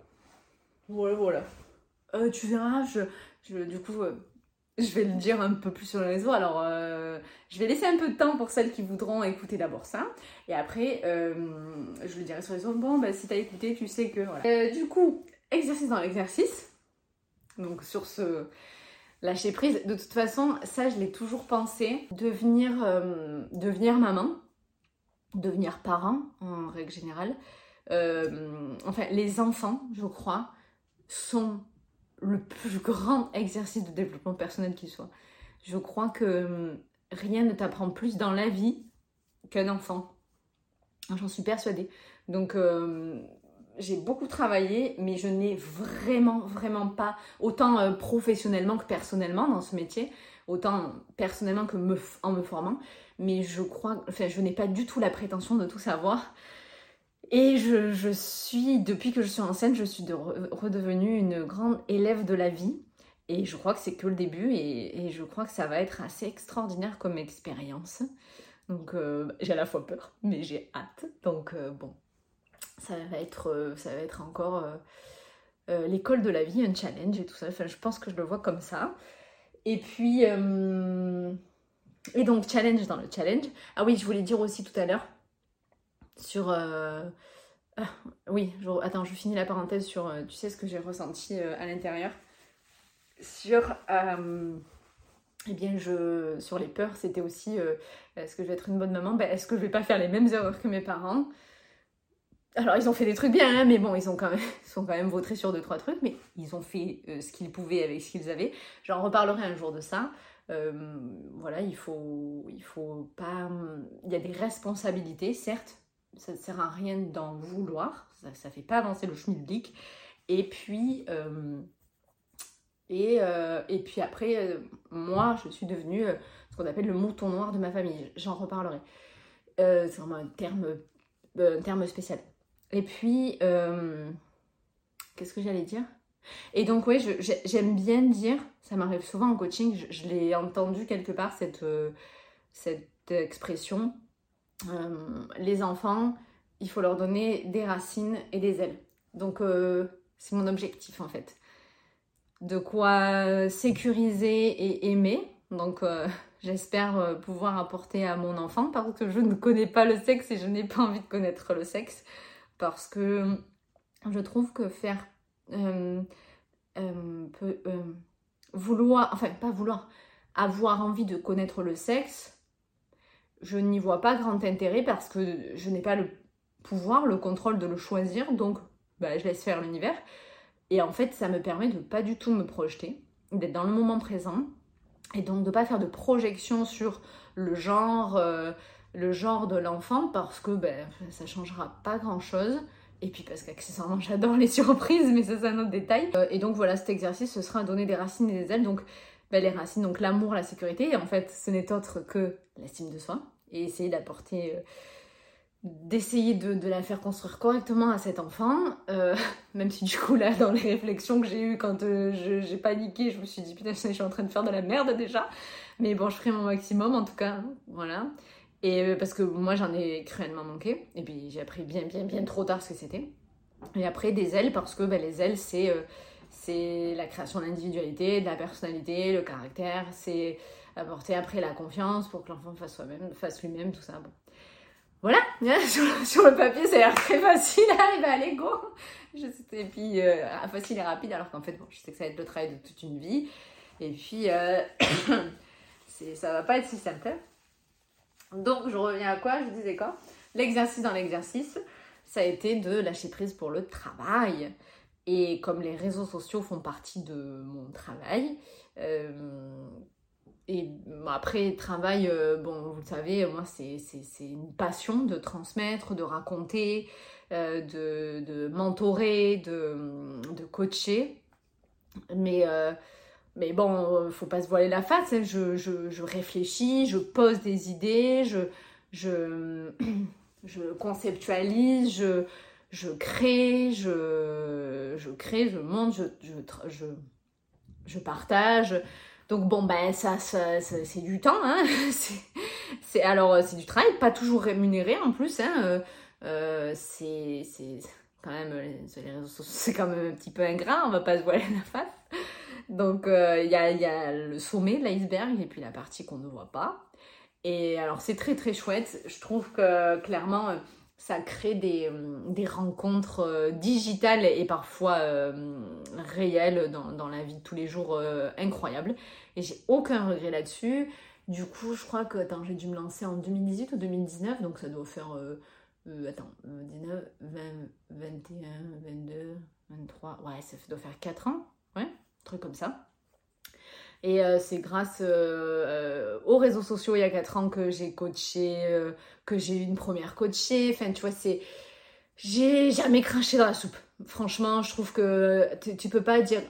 Speaker 1: Tu verras, du coup, je vais le dire un peu plus sur le réseau, alors je vais laisser un peu de temps pour celles qui voudront écouter d'abord ça, et après, je le dirai sur les réseaux, bon, si t'as écouté, tu sais que, voilà. Du coup, exercice dans l'exercice, donc sur ce lâcher prise, de toute façon, ça je l'ai toujours pensé, devenir maman, devenir parent en règle générale, les enfants, je crois, sont le plus grand exercice de développement personnel qui soit. Je crois que rien ne t'apprend plus dans la vie qu'un enfant. J'en suis persuadée. Donc j'ai beaucoup travaillé, mais je n'ai vraiment pas, autant professionnellement que personnellement dans ce métier, autant personnellement que en me formant, mais je n'ai pas du tout la prétention de tout savoir. Et je suis, depuis que je suis enceinte, je suis redevenue une grande élève de la vie. Et je crois que c'est que le début, et je crois que ça va être assez extraordinaire comme expérience. Donc j'ai à la fois peur, mais j'ai hâte. Donc ça va être encore l'école de la vie, un challenge et tout ça. Enfin, je pense que je le vois comme ça. Et puis, et donc challenge dans le challenge. Ah oui, je voulais dire aussi tout à l'heure sur... attends, je finis la parenthèse sur, tu sais, ce que j'ai ressenti à l'intérieur. Sur... sur les peurs, c'était aussi est-ce que je vais être une bonne maman, est-ce que je vais pas faire les mêmes erreurs que mes parents? Alors ils ont fait des trucs bien, hein, mais bon, ils sont quand même vautrés sur 2-3 trucs, mais ils ont fait ce qu'ils pouvaient avec ce qu'ils avaient. J'en reparlerai un jour de ça. Il faut pas... Il y a des responsabilités, certes, ça ne sert à rien d'en vouloir, ça fait pas avancer le schmilblick. Et puis... Et puis après, moi, je suis devenue ce qu'on appelle le mouton noir de ma famille. J'en reparlerai. C'est vraiment un terme spécial. Et puis, qu'est-ce que j'allais dire? Et donc, oui, j'aime bien dire, ça m'arrive souvent en coaching, je l'ai entendu quelque part, cette expression. Les enfants, il faut leur donner des racines et des ailes. Donc, c'est mon objectif, en fait. De quoi sécuriser et aimer. Donc j'espère pouvoir apporter à mon enfant, parce que je ne connais pas le sexe et je n'ai pas envie de connaître le sexe, parce que je trouve que faire avoir envie de connaître le sexe, je n'y vois pas grand intérêt, parce que je n'ai pas pouvoir, le contrôle de le choisir, donc je laisse faire l'univers. Et en fait, ça me permet de pas du tout me projeter, d'être dans le moment présent, et donc de pas faire de projection sur le genre de l'enfant, parce que ça changera pas grand-chose. Et puis parce qu'accessoirement, j'adore les surprises, mais ça c'est un autre détail. Et donc voilà, cet exercice, ce sera donner des racines et des ailes. Donc les racines, donc l'amour, la sécurité. Et en fait, ce n'est autre que l'estime de soi. Et essayer d'apporter... d'essayer de la faire construire correctement à cet enfant, même si du coup là dans les réflexions que j'ai eues quand j'ai paniqué, je me suis dit putain je suis en train de faire de la merde déjà, mais bon je ferai mon maximum en tout cas, hein, voilà. Et parce que moi j'en ai cruellement manqué, et puis j'ai appris bien trop tard ce que c'était. Et après des ailes, parce que les ailes c'est la création de l'individualité, de la personnalité, le caractère, c'est apporter après la confiance pour que l'enfant fasse lui-même, tout ça, bon. Voilà, sur le papier, ça a l'air très facile, allez, allez, go. Et puis, facile et rapide, alors qu'en fait, bon, je sais que ça va être le travail de toute une vie. Et puis, ça va pas être si simple. Donc, je reviens à quoi? Je disais quoi? L'exercice dans l'exercice, ça a été de lâcher prise pour le travail. Et comme les réseaux sociaux font partie de mon travail, et après, travail, vous le savez, moi, c'est une passion de transmettre, de raconter, de mentorer, de coacher. Mais bon, faut pas se voiler la face, hein. Je réfléchis, je pose des idées, je conceptualise, je crée, je monte, je partage. Donc bon, ça c'est du temps, hein. C'est du travail, pas toujours rémunéré en plus, hein. C'est quand même, sur les réseaux sociaux, c'est quand même un petit peu ingrat, on va pas se voiler la face. Donc il y a le sommet de l'iceberg et puis la partie qu'on ne voit pas. Et alors c'est très très chouette, je trouve que clairement ça crée des rencontres digitales et parfois réelles dans la vie de tous les jours incroyables. Et j'ai aucun regret là-dessus. Du coup, je crois que j'ai dû me lancer en 2018 ou 2019, donc ça doit faire 19, 20, 21, 22, 23, ouais, ça doit faire 4 ans, ouais, un truc comme ça. Et c'est grâce aux réseaux sociaux il y a 4 ans que j'ai coaché, que j'ai eu une première coachée. Enfin, tu vois, j'ai jamais craché dans la soupe. Franchement, je trouve que tu peux pas dire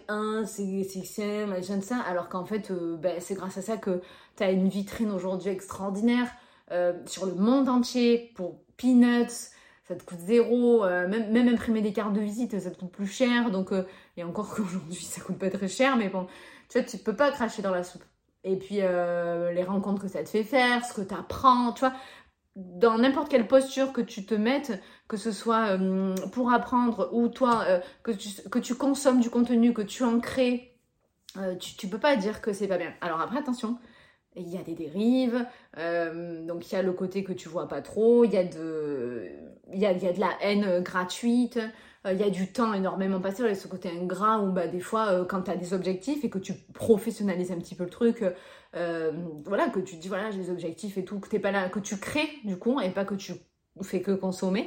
Speaker 1: c'est machin de ça, alors qu'en fait, c'est grâce à ça que tu as une vitrine aujourd'hui extraordinaire sur le monde entier pour peanuts. Ça te coûte 0, même imprimer des cartes de visite, ça te coûte plus cher. Donc, et encore qu'aujourd'hui, ça coûte pas très cher, mais bon, tu vois, tu peux pas cracher dans la soupe. Et puis, les rencontres que ça te fait faire, ce que tu apprends, tu vois, dans n'importe quelle posture que tu te mettes, que ce soit pour apprendre ou toi, que tu consommes du contenu, que tu en crées, tu peux pas dire que c'est pas bien. Alors après, attention, il y a des dérives, donc il y a le côté que tu vois pas trop, il y a de la haine gratuite, il y a du temps énormément passé, il y a ce côté ingrat où des fois quand tu as des objectifs et que tu professionnalises un petit peu le truc, voilà, que tu te dis voilà j'ai des objectifs et tout, que t'es pas là, que tu crées du coup et pas que tu fais que consommer,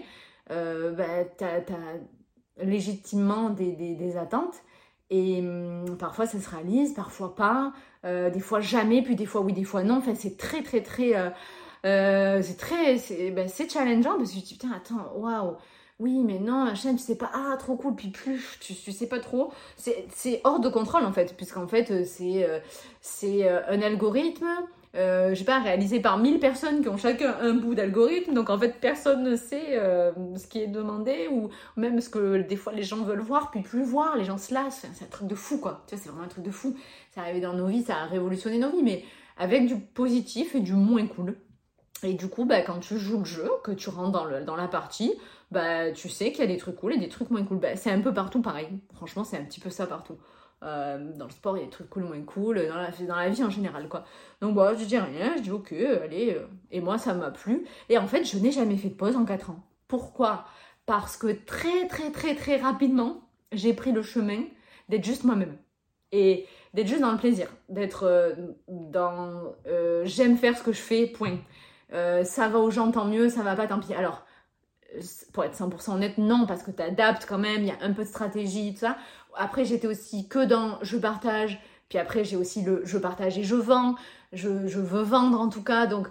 Speaker 1: t'as légitimement des attentes. Et parfois ça se réalise, parfois pas, des fois jamais, puis des fois oui, des fois non. Enfin, c'est très très très c'est challengeant parce que tu te dis putain attends, waouh, oui mais non machin, tu sais pas, ah trop cool, puis plus tu sais pas trop, c'est hors de contrôle en fait, puisqu'en fait c'est un algorithme, je sais pas, réalisé par 1000 personnes qui ont chacun un bout d'algorithme, donc en fait personne ne sait ce qui est demandé, ou même ce que des fois les gens veulent voir puis plus voir, les gens se lassent, enfin, c'est un truc de fou quoi, tu vois, c'est vraiment un truc de fou, c'est arrivé dans nos vies, ça a révolutionné nos vies, mais avec du positif et du moins cool. Et du coup, quand tu joues le jeu, que tu rentres dans la partie, tu sais qu'il y a des trucs cool et des trucs moins cool. C'est un peu partout pareil. Franchement, c'est un petit peu ça partout. Dans le sport, il y a des trucs cool, moins cool. Dans la vie en général, quoi. Donc, je dis rien, je dis ok, allez. Et moi, ça m'a plu. Et en fait, je n'ai jamais fait de pause en 4 ans. Pourquoi? Parce que très, très, très, très rapidement, j'ai pris le chemin d'être juste moi-même. Et d'être juste dans le plaisir. D'être dans j'aime faire ce que je fais, point. Ça va aux gens, tant mieux, ça va pas, tant pis. Alors, pour être 100% honnête, non, parce que tu adaptes quand même, il y a un peu de stratégie, tout ça. Après, j'étais aussi que dans je partage, puis après, j'ai aussi le je partage et je vends, je veux vendre en tout cas, donc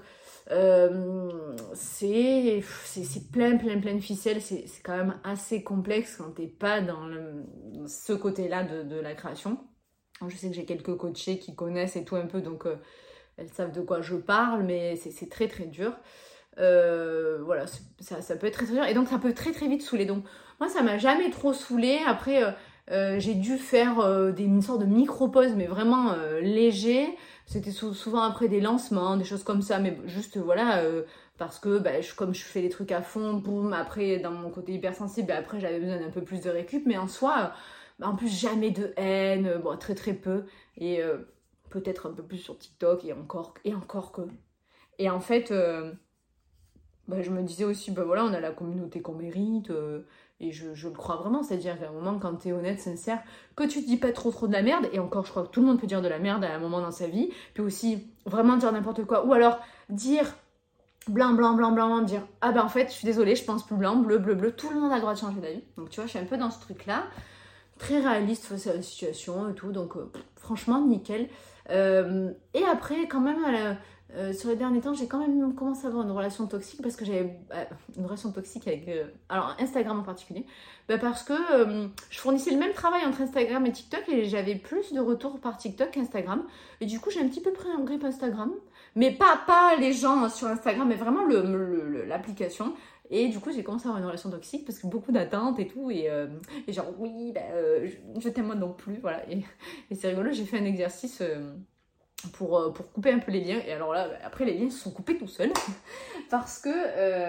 Speaker 1: c'est plein de ficelles, c'est quand même assez complexe quand t'es pas dans ce côté-là de la création. Je sais que j'ai quelques coachés qui connaissent et tout un peu, donc elles savent de quoi je parle, mais c'est très très dur. Voilà, ça peut être très très dur, et donc ça peut très très vite saouler. Donc moi, ça m'a jamais trop saoulé. Après, j'ai dû faire une sorte de micro-pause, mais vraiment léger. C'était souvent après des lancements, des choses comme ça, mais juste voilà, parce que comme je fais des trucs à fond, boum, après dans mon côté hypersensible, après j'avais besoin d'un peu plus de récup, mais en soi, en plus jamais de haine, bon, très très peu, et peut-être un peu plus sur TikTok, et encore que. Et en fait, je me disais aussi, voilà, on a la communauté qu'on mérite, et je le crois vraiment, c'est-à-dire qu'à un moment, quand t'es honnête, sincère, que tu te dis pas trop de la merde, et encore, je crois que tout le monde peut dire de la merde à un moment dans sa vie, puis aussi vraiment dire n'importe quoi, ou alors dire blanc, dire ah en fait, je suis désolée, je pense plus blanc, bleu, tout le monde a le droit de changer d'avis. Donc tu vois, je suis un peu dans ce truc-là, très réaliste face à la situation et tout, donc franchement, nickel. Et après, quand même, sur les derniers temps, j'ai quand même commencé à avoir une relation toxique, parce que j'avais une relation toxique avec alors Instagram en particulier, parce que je fournissais le même travail entre Instagram et TikTok, et j'avais plus de retours par TikTok qu'Instagram, et du coup j'ai un petit peu pris en grippe Instagram, mais pas les gens sur Instagram, mais vraiment l'application. Et du coup, j'ai commencé à avoir une relation toxique, parce que beaucoup d'attentes et tout, et genre oui, je t'aime moi non plus, voilà. Et c'est rigolo, j'ai fait un exercice pour couper un peu les liens, et alors là, après les liens se sont coupés tout seuls, parce que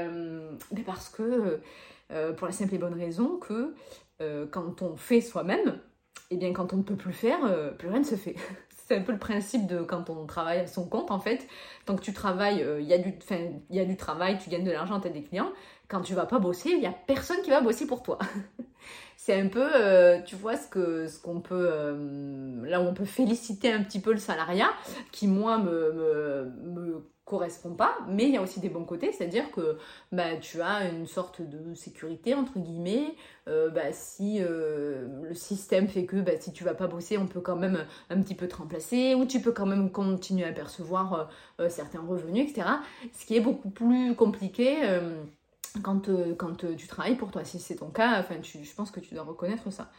Speaker 1: pour la simple et bonne raison que quand on fait soi-même, et bien quand on ne peut plus faire, plus rien ne se fait. C'est un peu le principe de quand on travaille à son compte, en fait. Tant que tu travailles, il y a du travail, tu gagnes de l'argent, tu as des clients. Quand tu vas pas bosser, il y a personne qui va bosser pour toi. C'est un peu, tu vois, ce qu'on peut, là où on peut féliciter un petit peu le salariat, qui moi me correspond pas, mais il y a aussi des bons côtés, c'est-à-dire que tu as une sorte de sécurité entre guillemets, si le système fait que si tu vas pas bosser, on peut quand même un petit peu te remplacer, ou tu peux quand même continuer à percevoir certains revenus, etc. Ce qui est beaucoup plus compliqué quand tu travailles pour toi. Si c'est ton cas, je pense que tu dois reconnaître ça.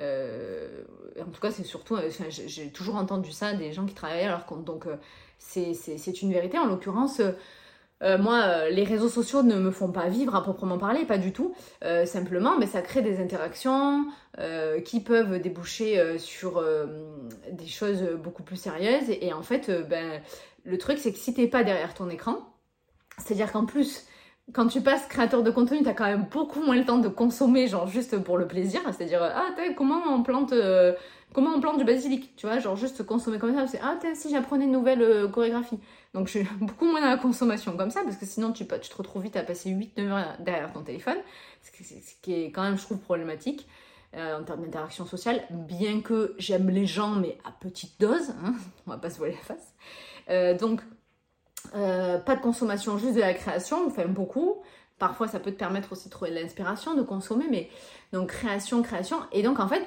Speaker 1: En tout cas, c'est surtout, j'ai toujours entendu ça des gens qui travaillent à leur compte, donc c'est une vérité. En l'occurrence, moi, les réseaux sociaux ne me font pas vivre à proprement parler, pas du tout. Simplement, mais ça crée des interactions qui peuvent déboucher sur des choses beaucoup plus sérieuses. Et en fait, le truc, c'est que si t'es pas derrière ton écran, c'est-à-dire qu'en plus, quand tu passes créateur de contenu, t'as quand même beaucoup moins le temps de consommer, genre juste pour le plaisir, c'est-à-dire comment on plante du basilic, tu vois, genre juste consommer comme ça, c'est si j'apprenais une nouvelle chorégraphie. Donc je suis beaucoup moins dans la consommation comme ça, parce que sinon tu te retrouves vite à passer 8-9 heures derrière ton téléphone, ce qui est quand même, je trouve, problématique en termes d'interaction sociale, bien que j'aime les gens, mais à petite dose, hein, on va pas se voiler la face. Donc pas de consommation, juste de la création, enfin beaucoup. Parfois ça peut te permettre aussi de trouver de l'inspiration, de consommer, mais donc création, et donc en fait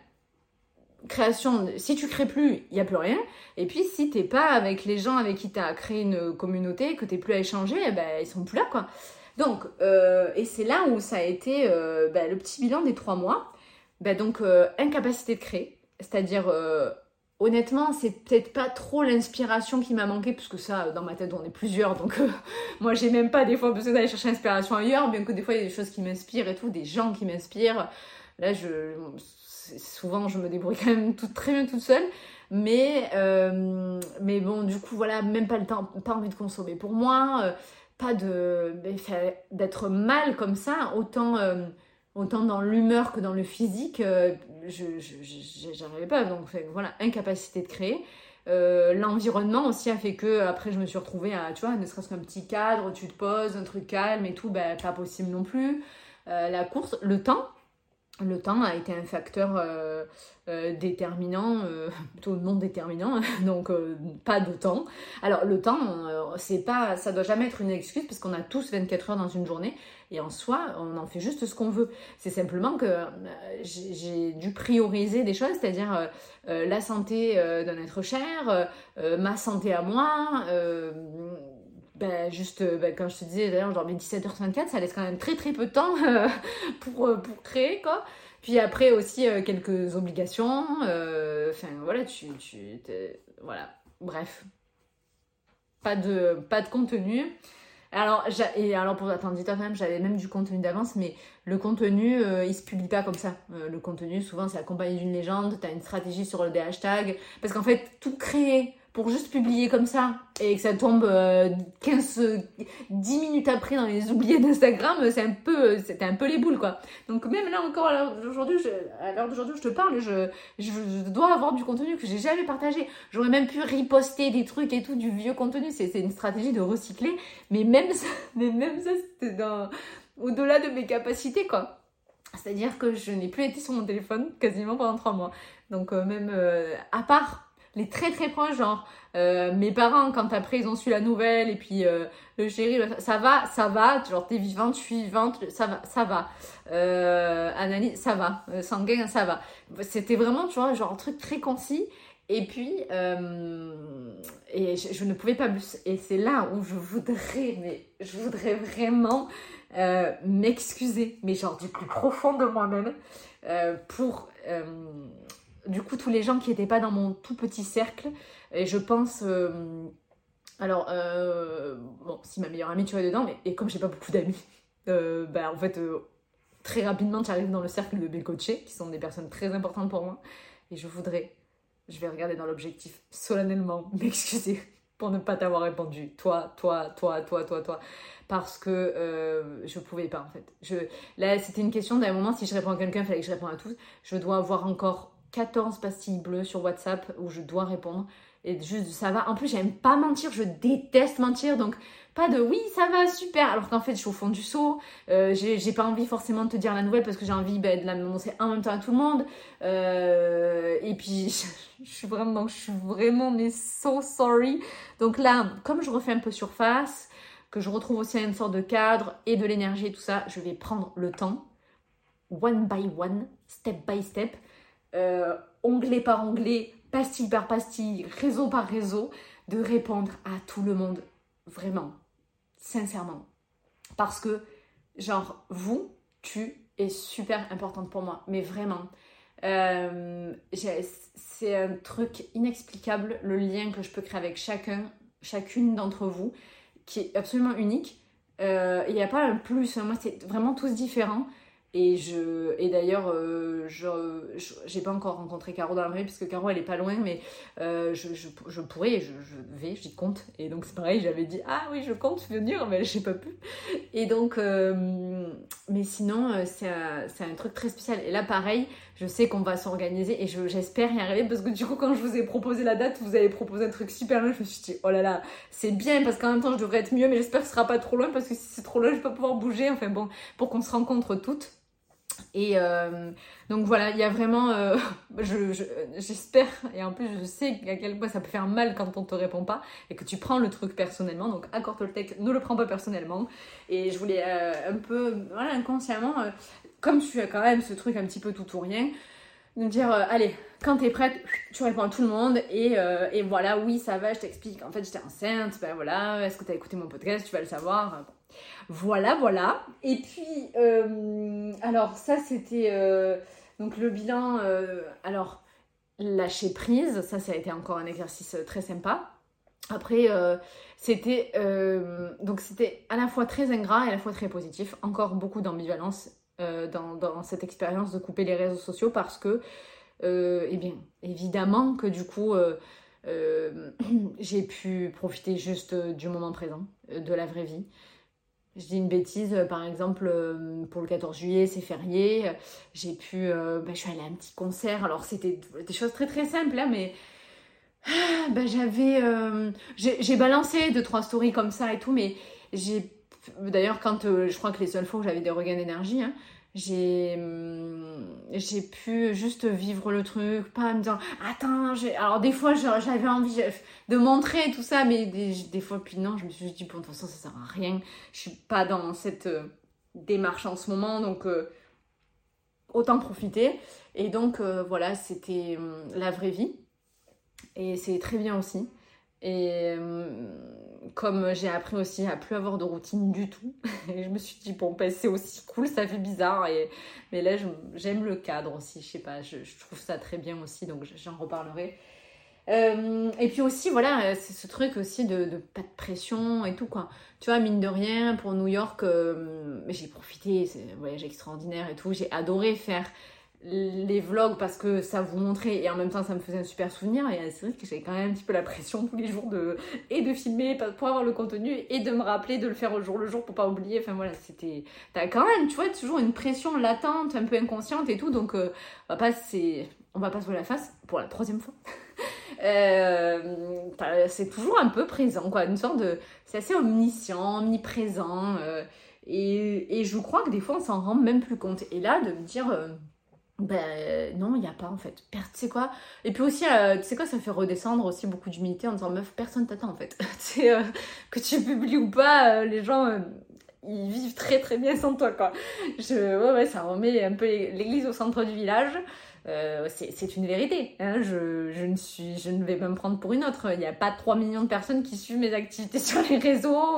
Speaker 1: création, si tu crées plus, il n'y a plus rien, et puis si t'es pas avec les gens avec qui t'as créé une communauté, que t'es plus à échanger, ils sont plus là, quoi. Donc et c'est là où ça a été le petit bilan des 3 mois. Donc incapacité de créer, c'est-à-dire honnêtement, c'est peut-être pas trop l'inspiration qui m'a manqué, parce que ça, dans ma tête, on est plusieurs, donc moi, j'ai même pas des fois besoin d'aller chercher l'inspiration ailleurs, bien que des fois, il y a des choses qui m'inspirent et tout, des gens qui m'inspirent. Là, souvent, je me débrouille quand même très bien toute seule, mais bon, du coup, voilà, même pas le temps, pas envie de consommer. Pour moi, pas d'être mal comme ça, autant dans l'humeur que dans le physique, j'arrivais pas. Donc voilà, incapacité de créer. L'environnement aussi a fait que après je me suis retrouvée à, tu vois, ne serait-ce qu'un petit cadre, tu te poses, un truc calme et tout, pas possible non plus. La course, le temps le temps a été un facteur déterminant, plutôt non déterminant, donc pas de temps. Alors le temps, ça doit jamais être une excuse parce qu'on a tous 24 heures dans une journée et en soi, on en fait juste ce qu'on veut. C'est simplement que j'ai dû prioriser des choses, c'est-à-dire la santé d'un être cher, ma santé à moi. Quand je te disais d'ailleurs genre mes 17h24 ça laisse quand même très très peu de temps pour créer quoi. Puis après aussi quelques obligations, enfin voilà, voilà, bref, pas de contenu. Alors, attends, dis-toi quand même, j'avais même du contenu d'avance, mais le contenu, il se publie pas comme ça. Le contenu, souvent, c'est accompagné d'une légende, t'as une stratégie sur des hashtags, parce qu'en fait, tout créer pour juste publier comme ça, et que ça tombe 10 minutes après dans les oubliés d'Instagram, c'était un peu les boules, quoi. Donc même là encore, à l'heure d'aujourd'hui, je te parle, je dois avoir du contenu que j'ai jamais partagé. J'aurais même pu riposter des trucs et tout, du vieux contenu, c'est une stratégie de recycler, mais même ça c'était au-delà de mes capacités, quoi. C'est-à-dire que je n'ai plus été sur mon téléphone quasiment pendant 3 mois. Donc à part les très très proches, genre mes parents, quand après ils ont su la nouvelle, et puis le chéri, ça va, genre t'es vivante, je suis vivante, ça va. Analyse, ça va. Sanguin, ça va. C'était vraiment, tu vois, genre un truc très concis. Et puis, je ne pouvais pas plus. Et c'est là où je voudrais vraiment m'excuser, mais genre du plus profond de moi-même, pour du coup tous les gens qui n'étaient pas dans mon tout petit cercle. Et je pense, bon, si ma meilleure amie tu vois dedans, et comme j'ai pas beaucoup d'amis, en fait, très rapidement tu arrives dans le cercle de mes coachés, qui sont des personnes très importantes pour moi. Et je vais regarder dans l'objectif solennellement m'excuser pour ne pas t'avoir répondu. Toi. Parce que je pouvais pas en fait. Là, c'était une question d'un moment, si je réponds à quelqu'un, il fallait que je réponde à tous. Je dois avoir encore 14 pastilles bleues sur WhatsApp où je dois répondre. Et juste ça va. En plus, j'aime pas mentir, je déteste mentir. Donc, pas de oui, ça va, super. Alors qu'en fait, je suis au fond du seau. J'ai pas envie forcément de te dire la nouvelle parce que j'ai envie de l'annoncer en même temps à tout le monde. Et puis, je suis vraiment, mais so sorry. Donc là, comme je refais un peu surface, que je retrouve aussi une sorte de cadre et de l'énergie et tout ça, je vais prendre le temps, one by one, step by step, onglet par onglet, pastille par pastille, réseau par réseau, de répondre à tout le monde, vraiment, sincèrement. Parce que, genre, tu es super importante pour moi, mais vraiment. C'est un truc inexplicable, le lien que je peux créer avec chacune d'entre vous, qui est absolument unique. Il n'y a pas un plus, moi c'est vraiment tous différents. Et d'ailleurs, j'ai pas encore rencontré Caro dans la vraie, puisque Caro elle est pas loin, mais je pourrais, j'y compte. Et donc c'est pareil, j'avais dit ah oui, je compte venir, mais j'ai pas pu. Et donc, mais sinon, c'est un truc très spécial. Et là, pareil, je sais qu'on va s'organiser et j'espère y arriver, parce que du coup, quand je vous ai proposé la date, vous avez proposé un truc super loin. Je me suis dit oh là là, c'est bien, parce qu'en même temps, je devrais être mieux, mais j'espère que ce sera pas trop loin, parce que si c'est trop loin, je vais pas pouvoir bouger. Enfin bon, pour qu'on se rencontre toutes. Et donc voilà, il y a vraiment, j'espère, et en plus je sais à quel point ça peut faire mal quand on te répond pas et que tu prends le truc personnellement. Donc Accord Toltec, ne le prends pas personnellement. Et je voulais un peu, voilà, inconsciemment, comme tu as quand même ce truc un petit peu tout ou rien, de dire allez, quand t'es prête, tu réponds à tout le monde. Et voilà, oui ça va, je t'explique, en fait j'étais enceinte, ben voilà, est-ce que t'as écouté mon podcast, tu vas le savoir. Voilà. Et puis, alors ça c'était donc le bilan. Alors lâcher prise, ça a été encore un exercice très sympa. Après, c'était à la fois très ingrat et à la fois très positif. Encore beaucoup d'ambivalence dans cette expérience de couper les réseaux sociaux, parce que, eh bien, évidemment que du coup, j'ai pu profiter juste du moment présent, de la vraie vie. Je dis une bêtise, par exemple, pour le 14 juillet, c'est férié, j'ai pu... je suis allée à un petit concert, alors c'était des choses très très simples, là, mais j'ai balancé 2-3 stories comme ça et tout, mais d'ailleurs, quand je crois que les seules fois où j'avais des regains d'énergie, hein, j'ai pu juste vivre le truc, pas me dire attends, alors des fois j'avais envie de montrer tout ça, mais des fois puis non, je me suis juste dit bon de toute façon ça sert à rien, je suis pas dans cette démarche en ce moment, donc autant profiter. Et donc voilà, c'était la vraie vie et c'est très bien aussi. Et comme j'ai appris aussi à plus avoir de routine du tout, et je me suis dit bon ben c'est aussi cool, ça fait bizarre, mais là j'aime le cadre aussi, je sais pas, je trouve ça très bien aussi, donc j'en reparlerai. Et puis aussi voilà, c'est ce truc aussi de pas de pression et tout quoi, tu vois, mine de rien pour New York j'ai profité, c'est un voyage extraordinaire et tout, j'ai adoré faire les vlogs parce que ça vous montrait et en même temps ça me faisait un super souvenir, et c'est vrai que j'avais quand même un petit peu la pression tous les jours de filmer pour avoir le contenu et de me rappeler de le faire au jour le jour pour pas oublier, enfin voilà, t'as quand même, tu vois, toujours une pression latente un peu inconsciente et tout, donc on va pas se voir la face pour la 3e fois. C'est toujours un peu présent quoi, une sorte de, c'est assez omniscient, omniprésent, et je crois que des fois on s'en rend même plus compte, et là de me dire ben non, il n'y a pas en fait. Tu sais quoi? Et puis aussi, tu sais quoi, ça fait redescendre aussi beaucoup d'humilité en disant meuf, personne t'attend en fait. Tu sais, que tu publies ou pas, les gens ils vivent très très bien sans toi quoi. Ouais, ça remet un peu l'église au centre du village. C'est une vérité. Hein. Je ne vais pas me prendre pour une autre. Il n'y a pas 3 millions de personnes qui suivent mes activités sur les réseaux.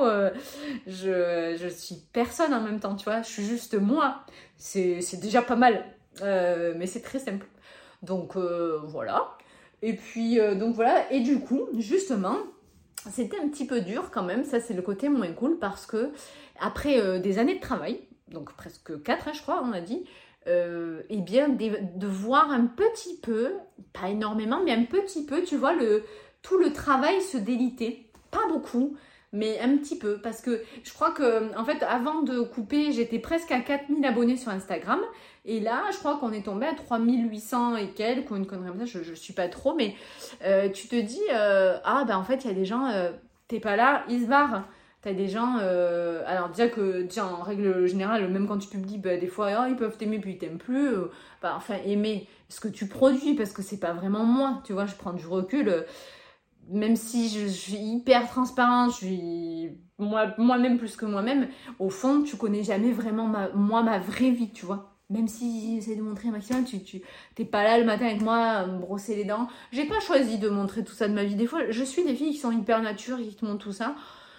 Speaker 1: Je suis personne en même temps, tu vois. Je suis juste moi. C'est déjà pas mal. Mais c'est très simple. Donc voilà. Et puis donc voilà. Et du coup, justement, c'était un petit peu dur quand même. Ça, c'est le côté moins cool parce que après des années de travail, donc presque 4 ans, je crois, on a dit, et bien de voir un petit peu, pas énormément, mais un petit peu, tu vois, tout le travail se déliter. Pas beaucoup, mais un petit peu, parce que je crois que, en fait, avant de couper, j'étais presque à 4000 abonnés sur Instagram, et là, je crois qu'on est tombé à 3800 et quelques, ou une connerie comme ça, je suis pas trop, mais tu te dis, ah, ben en fait, il y a des gens, t'es pas là, ils se barrent. T'as des gens, alors déjà en règle générale, même quand tu publies, bah, des fois, oh, ils peuvent t'aimer puis ils t'aiment plus, enfin, aimer ce que tu produis, parce que c'est pas vraiment moi, tu vois, je prends du recul, même si je suis hyper transparente, je suis moi-même plus que moi-même, au fond, tu connais jamais vraiment ma vraie vie, tu vois. Même si j'essaie de montrer un maximum, t'es pas là le matin avec moi à me brosser les dents. J'ai pas choisi de montrer tout ça de ma vie. Des fois, je suis des filles qui sont hyper nature, qui te montrent tout ça.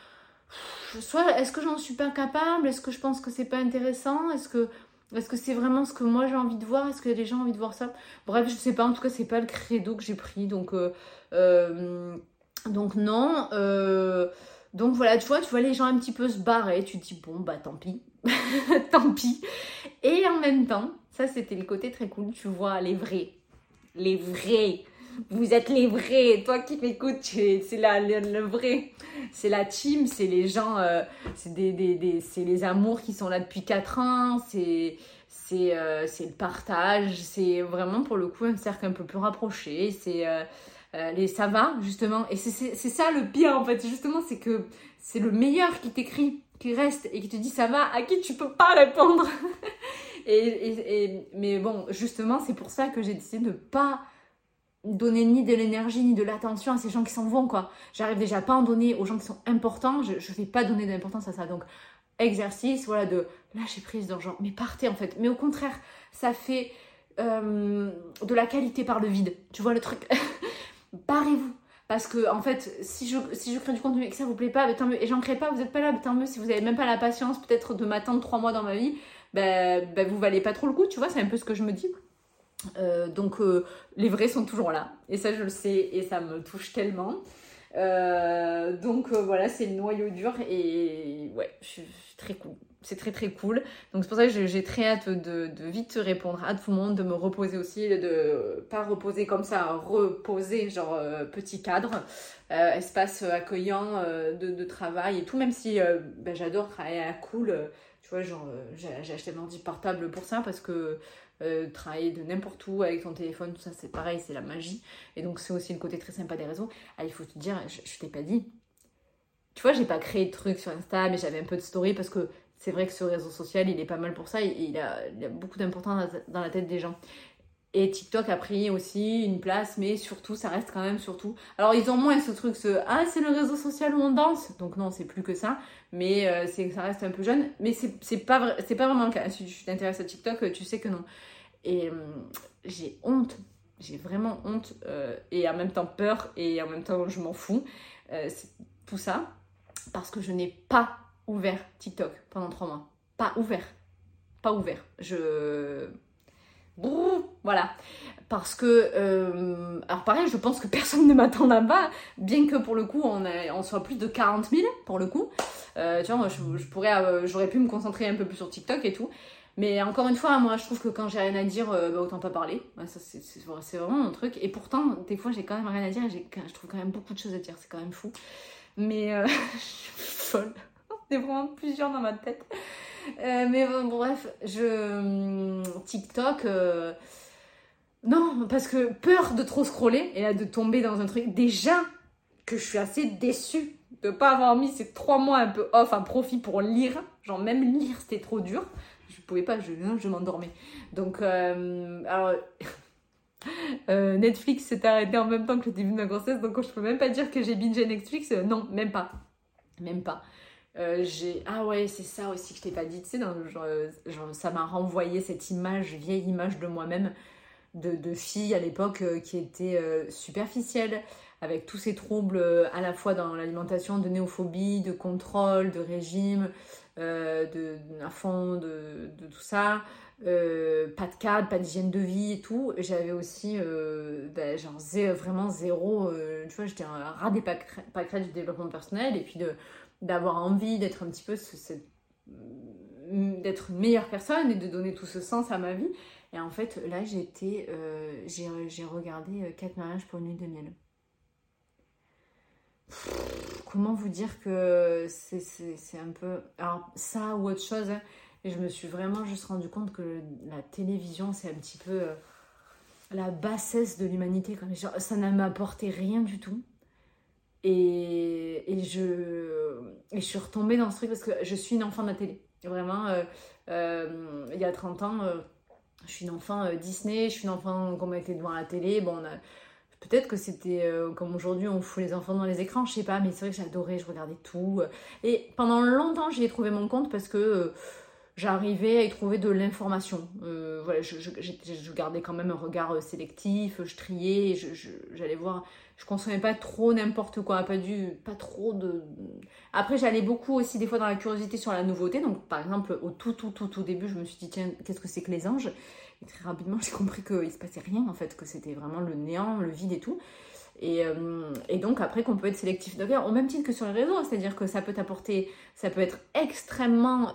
Speaker 1: Soit, est-ce que j'en suis pas capable? Est-ce que je pense que c'est pas intéressant? Est-ce que c'est vraiment ce que moi j'ai envie de voir? Est-ce que les gens ont envie de voir ça? Bref, je sais pas. En tout cas, c'est pas le credo que j'ai pris. Donc non. Donc voilà, tu vois les gens un petit peu se barrer. Tu te dis, bon, bah tant pis. Tant pis. Et en même temps, ça c'était le côté très cool. Tu vois les vrais. Les vrais. Vous êtes les vrais. Toi qui m'écoutes, c'est le vrai. C'est la team, c'est les gens, c'est c'est les amours qui sont là depuis 4 ans, c'est le partage, c'est vraiment pour le coup un cercle un peu plus rapproché, c'est les ça va justement, et c'est ça le pire en fait, justement, c'est que c'est le meilleur qui t'écrit, qui reste et qui te dit ça va, à qui tu peux pas répondre. Mais bon, justement, c'est pour ça que j'ai décidé de pas donner ni de l'énergie ni de l'attention à ces gens qui s'en vont quoi. J'arrive déjà pas à en donner aux gens qui sont importants, je vais pas donner d'importance à ça. Donc exercice voilà de lâcher prise dans genre mais partez en fait. Mais au contraire, ça fait de la qualité par le vide. Tu vois le truc. Barrez-vous. Parce que en fait, si je crée du contenu et que ça vous plaît pas, bah, tant mieux. Et j'en crée pas, vous êtes pas là, bah, tant mieux. Si vous avez même pas la patience peut-être de m'attendre 3 mois dans ma vie, bah, vous valez pas trop le coup, tu vois, c'est un peu ce que je me dis. Donc les vrais sont toujours là et ça je le sais et ça me touche tellement, donc voilà, c'est le noyau dur et ouais, je suis très cool, c'est très très cool. Donc c'est pour ça que j'ai très hâte de vite répondre à tout le monde, de me reposer aussi, de pas reposer comme ça, reposer genre petit cadre, espace accueillant de travail et tout, même si j'adore travailler à cool, tu vois, genre j'ai acheté un ordi portable pour ça parce que travailler de n'importe où avec ton téléphone, tout ça c'est pareil, c'est la magie. Et donc c'est aussi le côté très sympa des réseaux. Ah, il faut te dire, je t'ai pas dit, tu vois, j'ai pas créé de trucs sur Insta, mais j'avais un peu de story parce que c'est vrai que ce réseau social, il est pas mal pour ça, il a beaucoup d'importance dans la tête des gens. Et TikTok a pris aussi une place, mais surtout, ça reste quand même surtout. Alors, ils ont moins ce truc, ah, c'est le réseau social où on danse. Donc, non, c'est plus que ça. Mais ça reste un peu jeune. Mais c'est pas vraiment le cas. Si tu t'intéresses à TikTok, tu sais que non. Et j'ai honte. J'ai vraiment honte. Et en même temps peur. Et en même temps, je m'en fous. C'est tout ça. Parce que je n'ai pas ouvert TikTok pendant 3 mois. Pas ouvert. Voilà, parce que, alors pareil, je pense que personne ne m'attend là-bas, bien que pour le coup, on soit plus de 40 000, pour le coup. Tu vois, moi, j'aurais pu me concentrer un peu plus sur TikTok et tout. Mais encore une fois, moi, je trouve que quand j'ai rien à dire, autant pas parler. Ouais, ça, c'est vraiment mon truc. Et pourtant, des fois, j'ai quand même rien à dire et je trouve quand même beaucoup de choses à dire. C'est quand même fou. Mais je suis folle. On est vraiment plusieurs dans ma tête. Mais bon, bref, TikTok, non, parce que peur de trop scroller et là de tomber dans un truc. Déjà que je suis assez déçue de pas avoir mis ces 3 mois un peu off à profit pour lire. Genre, même lire, c'était trop dur. Je pouvais pas, je m'endormais. Donc, alors. Netflix s'est arrêté en même temps que le début de ma grossesse, donc je peux même pas dire que j'ai bingé Netflix. Non, même pas. Ah ouais, c'est ça aussi que je t'ai pas dit, tu sais, ça m'a renvoyé cette vieille image de moi-même, de fille à l'époque qui était superficielle, avec tous ces troubles à la fois dans l'alimentation, de néophobie, de contrôle, de régime, à fond de tout ça. Pas de cadre, pas d'hygiène de vie et tout. J'avais aussi vraiment zéro, tu vois, j'étais un rat des pâquerettes du développement personnel, et puis d'avoir envie d'être un petit peu d'être une meilleure personne et de donner tout ce sens à ma vie. Et en fait, là, j'ai regardé 4 mariages pour une nuit de miel. Comment vous dire que c'est un peu... Alors, ça ou autre chose, hein, et je me suis vraiment juste rendu compte que la télévision, c'est un petit peu la bassesse de l'humanité. Genre, ça ne m'apportait rien du tout. Et je suis retombée dans ce truc parce que je suis une enfant de la télé. Vraiment, il y a 30 ans, je suis une enfant Disney, je suis une enfant qu'on mettait devant la télé. Bon, peut-être que c'était comme aujourd'hui, on fout les enfants dans les écrans, je sais pas, mais c'est vrai que j'adorais, je regardais tout. Et pendant longtemps, j'y ai trouvé mon compte parce que j'arrivais à y trouver de l'information. Voilà, je gardais quand même un regard sélectif, je triais, j'allais voir. Je consommais pas trop n'importe quoi, pas trop de... Après, j'allais beaucoup aussi des fois dans la curiosité sur la nouveauté. Donc, par exemple, au tout début, je me suis dit, tiens, qu'est-ce que c'est que les anges? Et très rapidement, j'ai compris qu'il se passait rien, en fait, que c'était vraiment le néant, le vide et tout. Et donc, après, qu'on peut être sélectif. D'ailleurs, au même titre que sur les réseaux, c'est-à-dire que ça peut être extrêmement...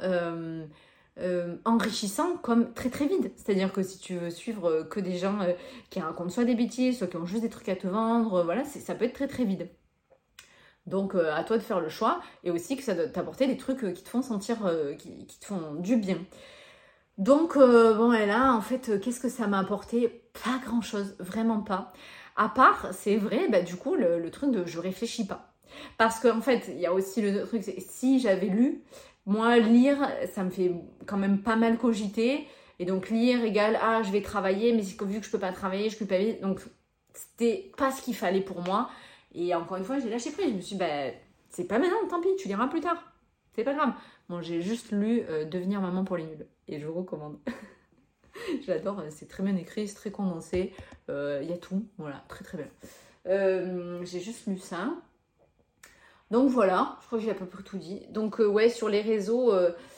Speaker 1: enrichissant comme très très vide. C'est-à-dire que si tu veux suivre que des gens qui racontent soit des bêtises, soit qui ont juste des trucs à te vendre, voilà, ça peut être très très vide. Donc à toi de faire le choix, et aussi que ça doit t'apporter des trucs qui te font sentir, qui te font du bien. Donc bon, et là, en fait, qu'est-ce que ça m'a apporté? Pas grand-chose, vraiment pas. À part, c'est vrai, bah, du coup, le truc de je réfléchis pas. Parce qu'en fait, il y a aussi le truc, c'est si j'avais lu, moi, lire, ça me fait quand même pas mal cogiter. Et donc, lire égale, ah, je vais travailler, mais vu que je peux pas travailler, je culpabilise. Donc, c'était pas ce qu'il fallait pour moi. Et encore une fois, j'ai lâché prise. Je me suis dit, bah, c'est pas maintenant, tant pis, tu liras plus tard. C'est pas grave. Bon, j'ai juste lu Devenir maman pour les nuls. Et je vous recommande. J'adore, c'est très bien écrit, c'est très condensé. Il y a tout, voilà, très très bien. J'ai juste lu ça. Donc voilà, je crois que j'ai à peu près tout dit. Donc ouais, sur les réseaux,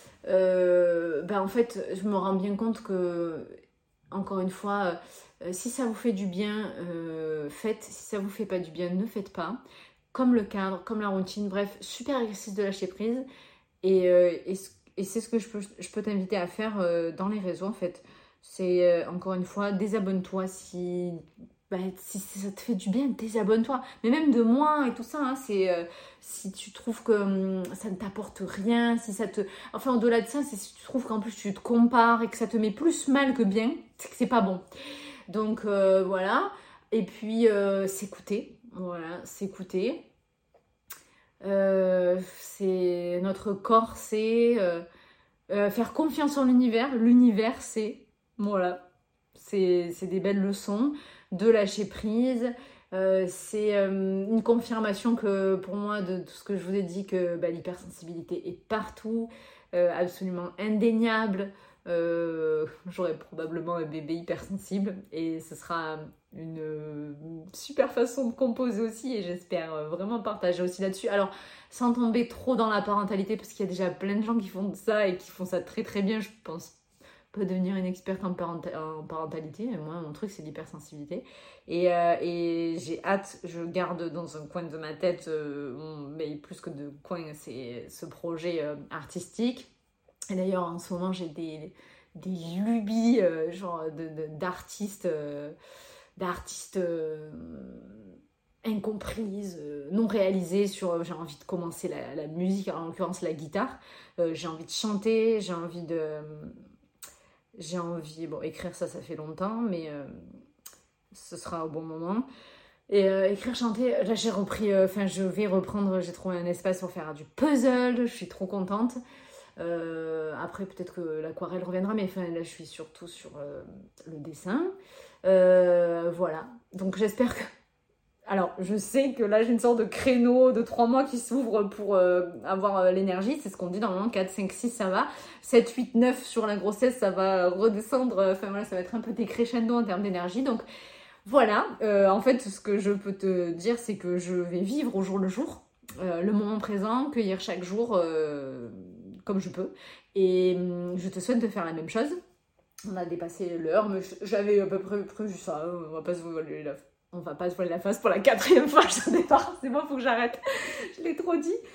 Speaker 1: en fait, je me rends bien compte que, encore une fois, si ça vous fait du bien, faites. Si ça vous fait pas du bien, ne faites pas. Comme le cadre, comme la routine, bref, super exercice de lâcher prise. Et c'est ce que je peux t'inviter à faire dans les réseaux, en fait. C'est, encore une fois, désabonne-toi si ça te fait du bien, désabonne-toi. Mais même de moi et tout ça, hein, si tu trouves que ça ne t'apporte rien, Enfin, au-delà de ça, c'est si tu trouves qu'en plus tu te compares et que ça te met plus mal que bien, c'est que c'est pas bon. Donc, voilà. Et puis, s'écouter. Voilà, s'écouter. C'est... Notre corps, c'est... faire confiance en l'univers. L'univers, c'est, voilà, c'est des belles leçons de lâcher prise. C'est une confirmation que pour moi de tout ce que je vous ai dit que l'hypersensibilité est partout, absolument indéniable. J'aurai probablement un bébé hypersensible et ce sera une super façon de composer aussi et j'espère vraiment partager aussi là-dessus. Alors sans tomber trop dans la parentalité parce qu'il y a déjà plein de gens qui font ça et qui font ça très très bien, je pense pas devenir une experte en parentalité, mais moi mon truc c'est l'hypersensibilité et j'ai hâte, je garde dans un coin de ma tête, mais plus que de coin, c'est ce projet artistique. Et d'ailleurs en ce moment j'ai des lubies genre d'artistes incomprises, non réalisées sur j'ai envie de commencer la musique, en l'occurrence la guitare, j'ai envie de chanter, bon, écrire ça fait longtemps, mais ce sera au bon moment. Et écrire, chanter, là j'ai repris, je vais reprendre, j'ai trouvé un espace pour faire du puzzle, je suis trop contente. Après peut-être que l'aquarelle reviendra, mais là je suis surtout sur le dessin. Voilà, donc j'espère que... Alors, je sais que là, j'ai une sorte de créneau de 3 mois qui s'ouvre pour avoir l'énergie. C'est ce qu'on dit normalement, 4, 5, 6, ça va. 7, 8, 9 sur la grossesse, ça va redescendre. Enfin voilà, ça va être un peu décrescendo en termes d'énergie. Donc voilà, en fait, ce que je peux te dire, c'est que je vais vivre au jour le jour, le moment présent, cueillir chaque jour comme je peux. Et je te souhaite de faire la même chose. On a dépassé l'heure, mais j'avais à peu près prévu ça. On va pas se voiler la face pour la 4e fois, je départ. C'est bon, faut que j'arrête. Je l'ai trop dit.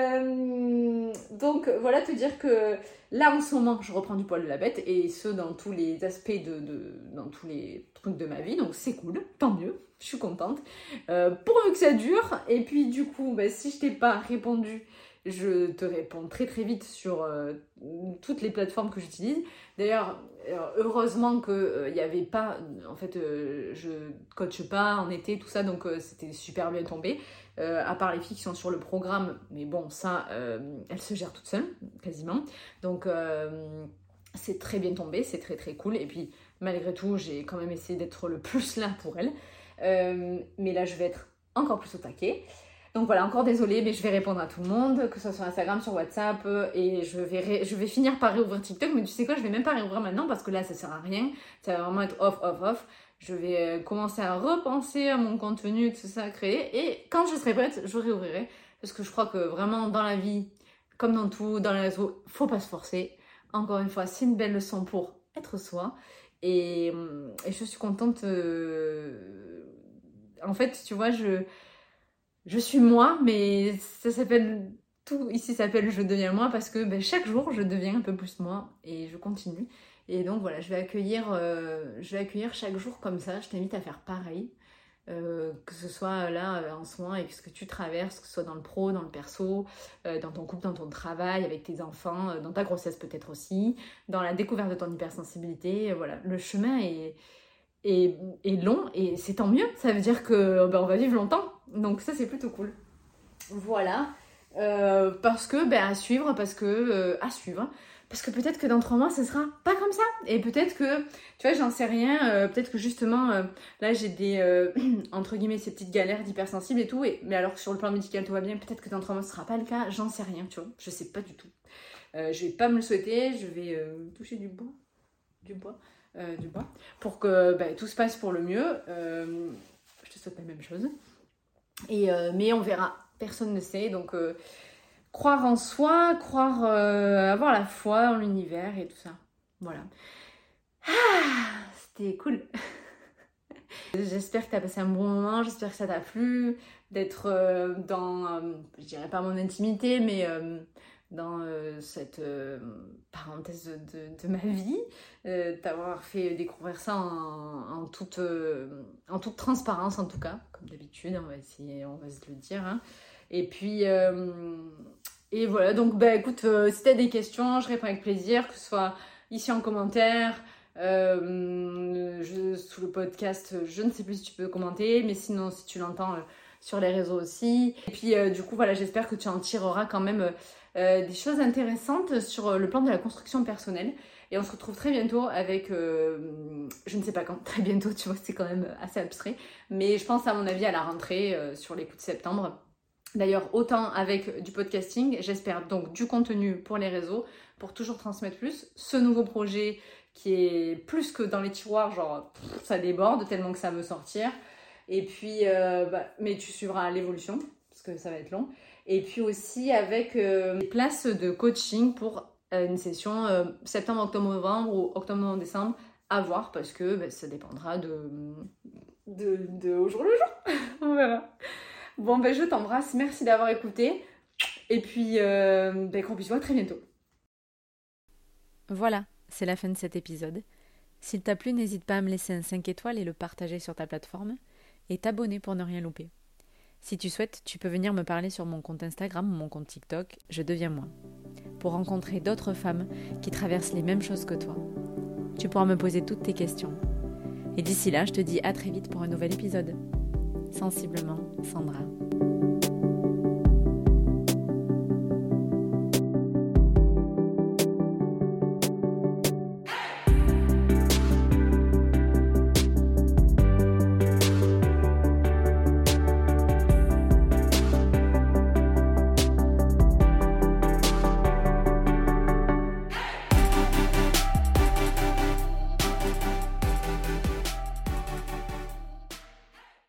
Speaker 1: Donc voilà, te dire que là en ce moment, je reprends du poil de la bête et ce dans tous les aspects dans tous les trucs de ma vie. Donc c'est cool, tant mieux. Je suis contente. Pourvu que ça dure. Et puis du coup, si je t'ai pas répondu, je te réponds très très vite sur toutes les plateformes que j'utilise. D'ailleurs, heureusement qu'il n'y avait pas... En fait, je coache pas en été, tout ça, donc c'était super bien tombé. À part les filles qui sont sur le programme, mais bon, ça, elles se gèrent toutes seules, quasiment. Donc, c'est très bien tombé, c'est très très cool. Et puis, malgré tout, j'ai quand même essayé d'être le plus là pour elles. Mais là, je vais être encore plus au taquet. Donc voilà, encore désolée, mais je vais répondre à tout le monde, que ce soit sur Instagram, sur WhatsApp, et je vais finir par réouvrir TikTok, mais tu sais quoi, je vais même pas réouvrir maintenant parce que là, ça sert à rien, ça va vraiment être off, off, off. Je vais commencer à repenser à mon contenu, tout ça à créer, et quand je serai prête, je réouvrirai, parce que je crois que vraiment dans la vie, comme dans tout, dans les réseaux, faut pas se forcer. Encore une fois, c'est une belle leçon pour être soi, et je suis contente. En fait, tu vois, je suis moi, mais ça s'appelle... Tout ici s'appelle Je deviens moi parce que chaque jour, je deviens un peu plus moi et je continue. Et donc voilà, je vais accueillir chaque jour comme ça. Je t'invite à faire pareil. Que ce soit là en ce moment avec ce que tu traverses, que ce soit dans le pro, dans le perso, dans ton couple, dans ton travail, avec tes enfants, dans ta grossesse peut-être aussi, dans la découverte de ton hypersensibilité. Voilà, le chemin est long et c'est tant mieux. Ça veut dire que on va vivre longtemps. Donc ça, c'est plutôt cool. Voilà. Parce que, à suivre, à suivre. Parce que peut-être que dans 3 mois, ce sera pas comme ça. Et peut-être que, tu vois, j'en sais rien. Peut-être que justement, là, j'ai des, entre guillemets, ces petites galères d'hypersensible et tout. Mais alors que sur le plan médical, tout va bien. Peut-être que dans 3 mois, ce sera pas le cas. J'en sais rien, tu vois. Je sais pas du tout. Je vais pas me le souhaiter. Je vais toucher du bois. Du bois. Pour que tout se passe pour le mieux. Je te souhaite la même chose. Mais on verra. Personne ne sait. Donc, croire en soi, avoir la foi en l'univers et tout ça. Voilà. C'était cool. J'espère que tu as passé un bon moment. J'espère que ça t'a plu d'être dans, je dirais pas mon intimité, mais dans cette parenthèse de ma vie, t'avoir fait découvrir ça en toute transparence en tout cas, comme d'habitude, on va se le dire. Hein. Et puis, et voilà, donc écoute, si t'as des questions, je réponds avec plaisir, que ce soit ici en commentaire, sous le podcast, je ne sais plus si tu peux commenter, mais sinon, si tu l'entends sur les réseaux aussi. Et puis du coup, voilà, j'espère que tu en tireras quand même des choses intéressantes sur le plan de la construction personnelle. Et on se retrouve très bientôt avec, je ne sais pas quand, très bientôt, tu vois, c'est quand même assez abstrait. Mais je pense à mon avis à la rentrée sur les coups de septembre. D'ailleurs, autant avec du podcasting, j'espère donc du contenu pour les réseaux, pour toujours transmettre plus. Ce nouveau projet qui est plus que dans les tiroirs, genre ça déborde tellement que ça veut sortir. Et puis, mais tu suivras l'évolution, parce que ça va être long. Et puis aussi avec des places de coaching pour une session septembre, octobre, novembre ou octobre, novembre, décembre, à voir, parce que ça dépendra de au jour le jour. Voilà. Bon, je t'embrasse, merci d'avoir écouté. Et puis, qu'on puisse voir très bientôt.
Speaker 2: Voilà, c'est la fin de cet épisode. S'il t'a plu, n'hésite pas à me laisser un 5 étoiles et le partager sur ta plateforme, et t'abonner pour ne rien louper. Si tu souhaites, tu peux venir me parler sur mon compte Instagram ou mon compte TikTok, Je deviens moi, pour rencontrer d'autres femmes qui traversent les mêmes choses que toi. Tu pourras me poser toutes tes questions. Et d'ici là, je te dis à très vite pour un nouvel épisode. Sensiblement, Sandra.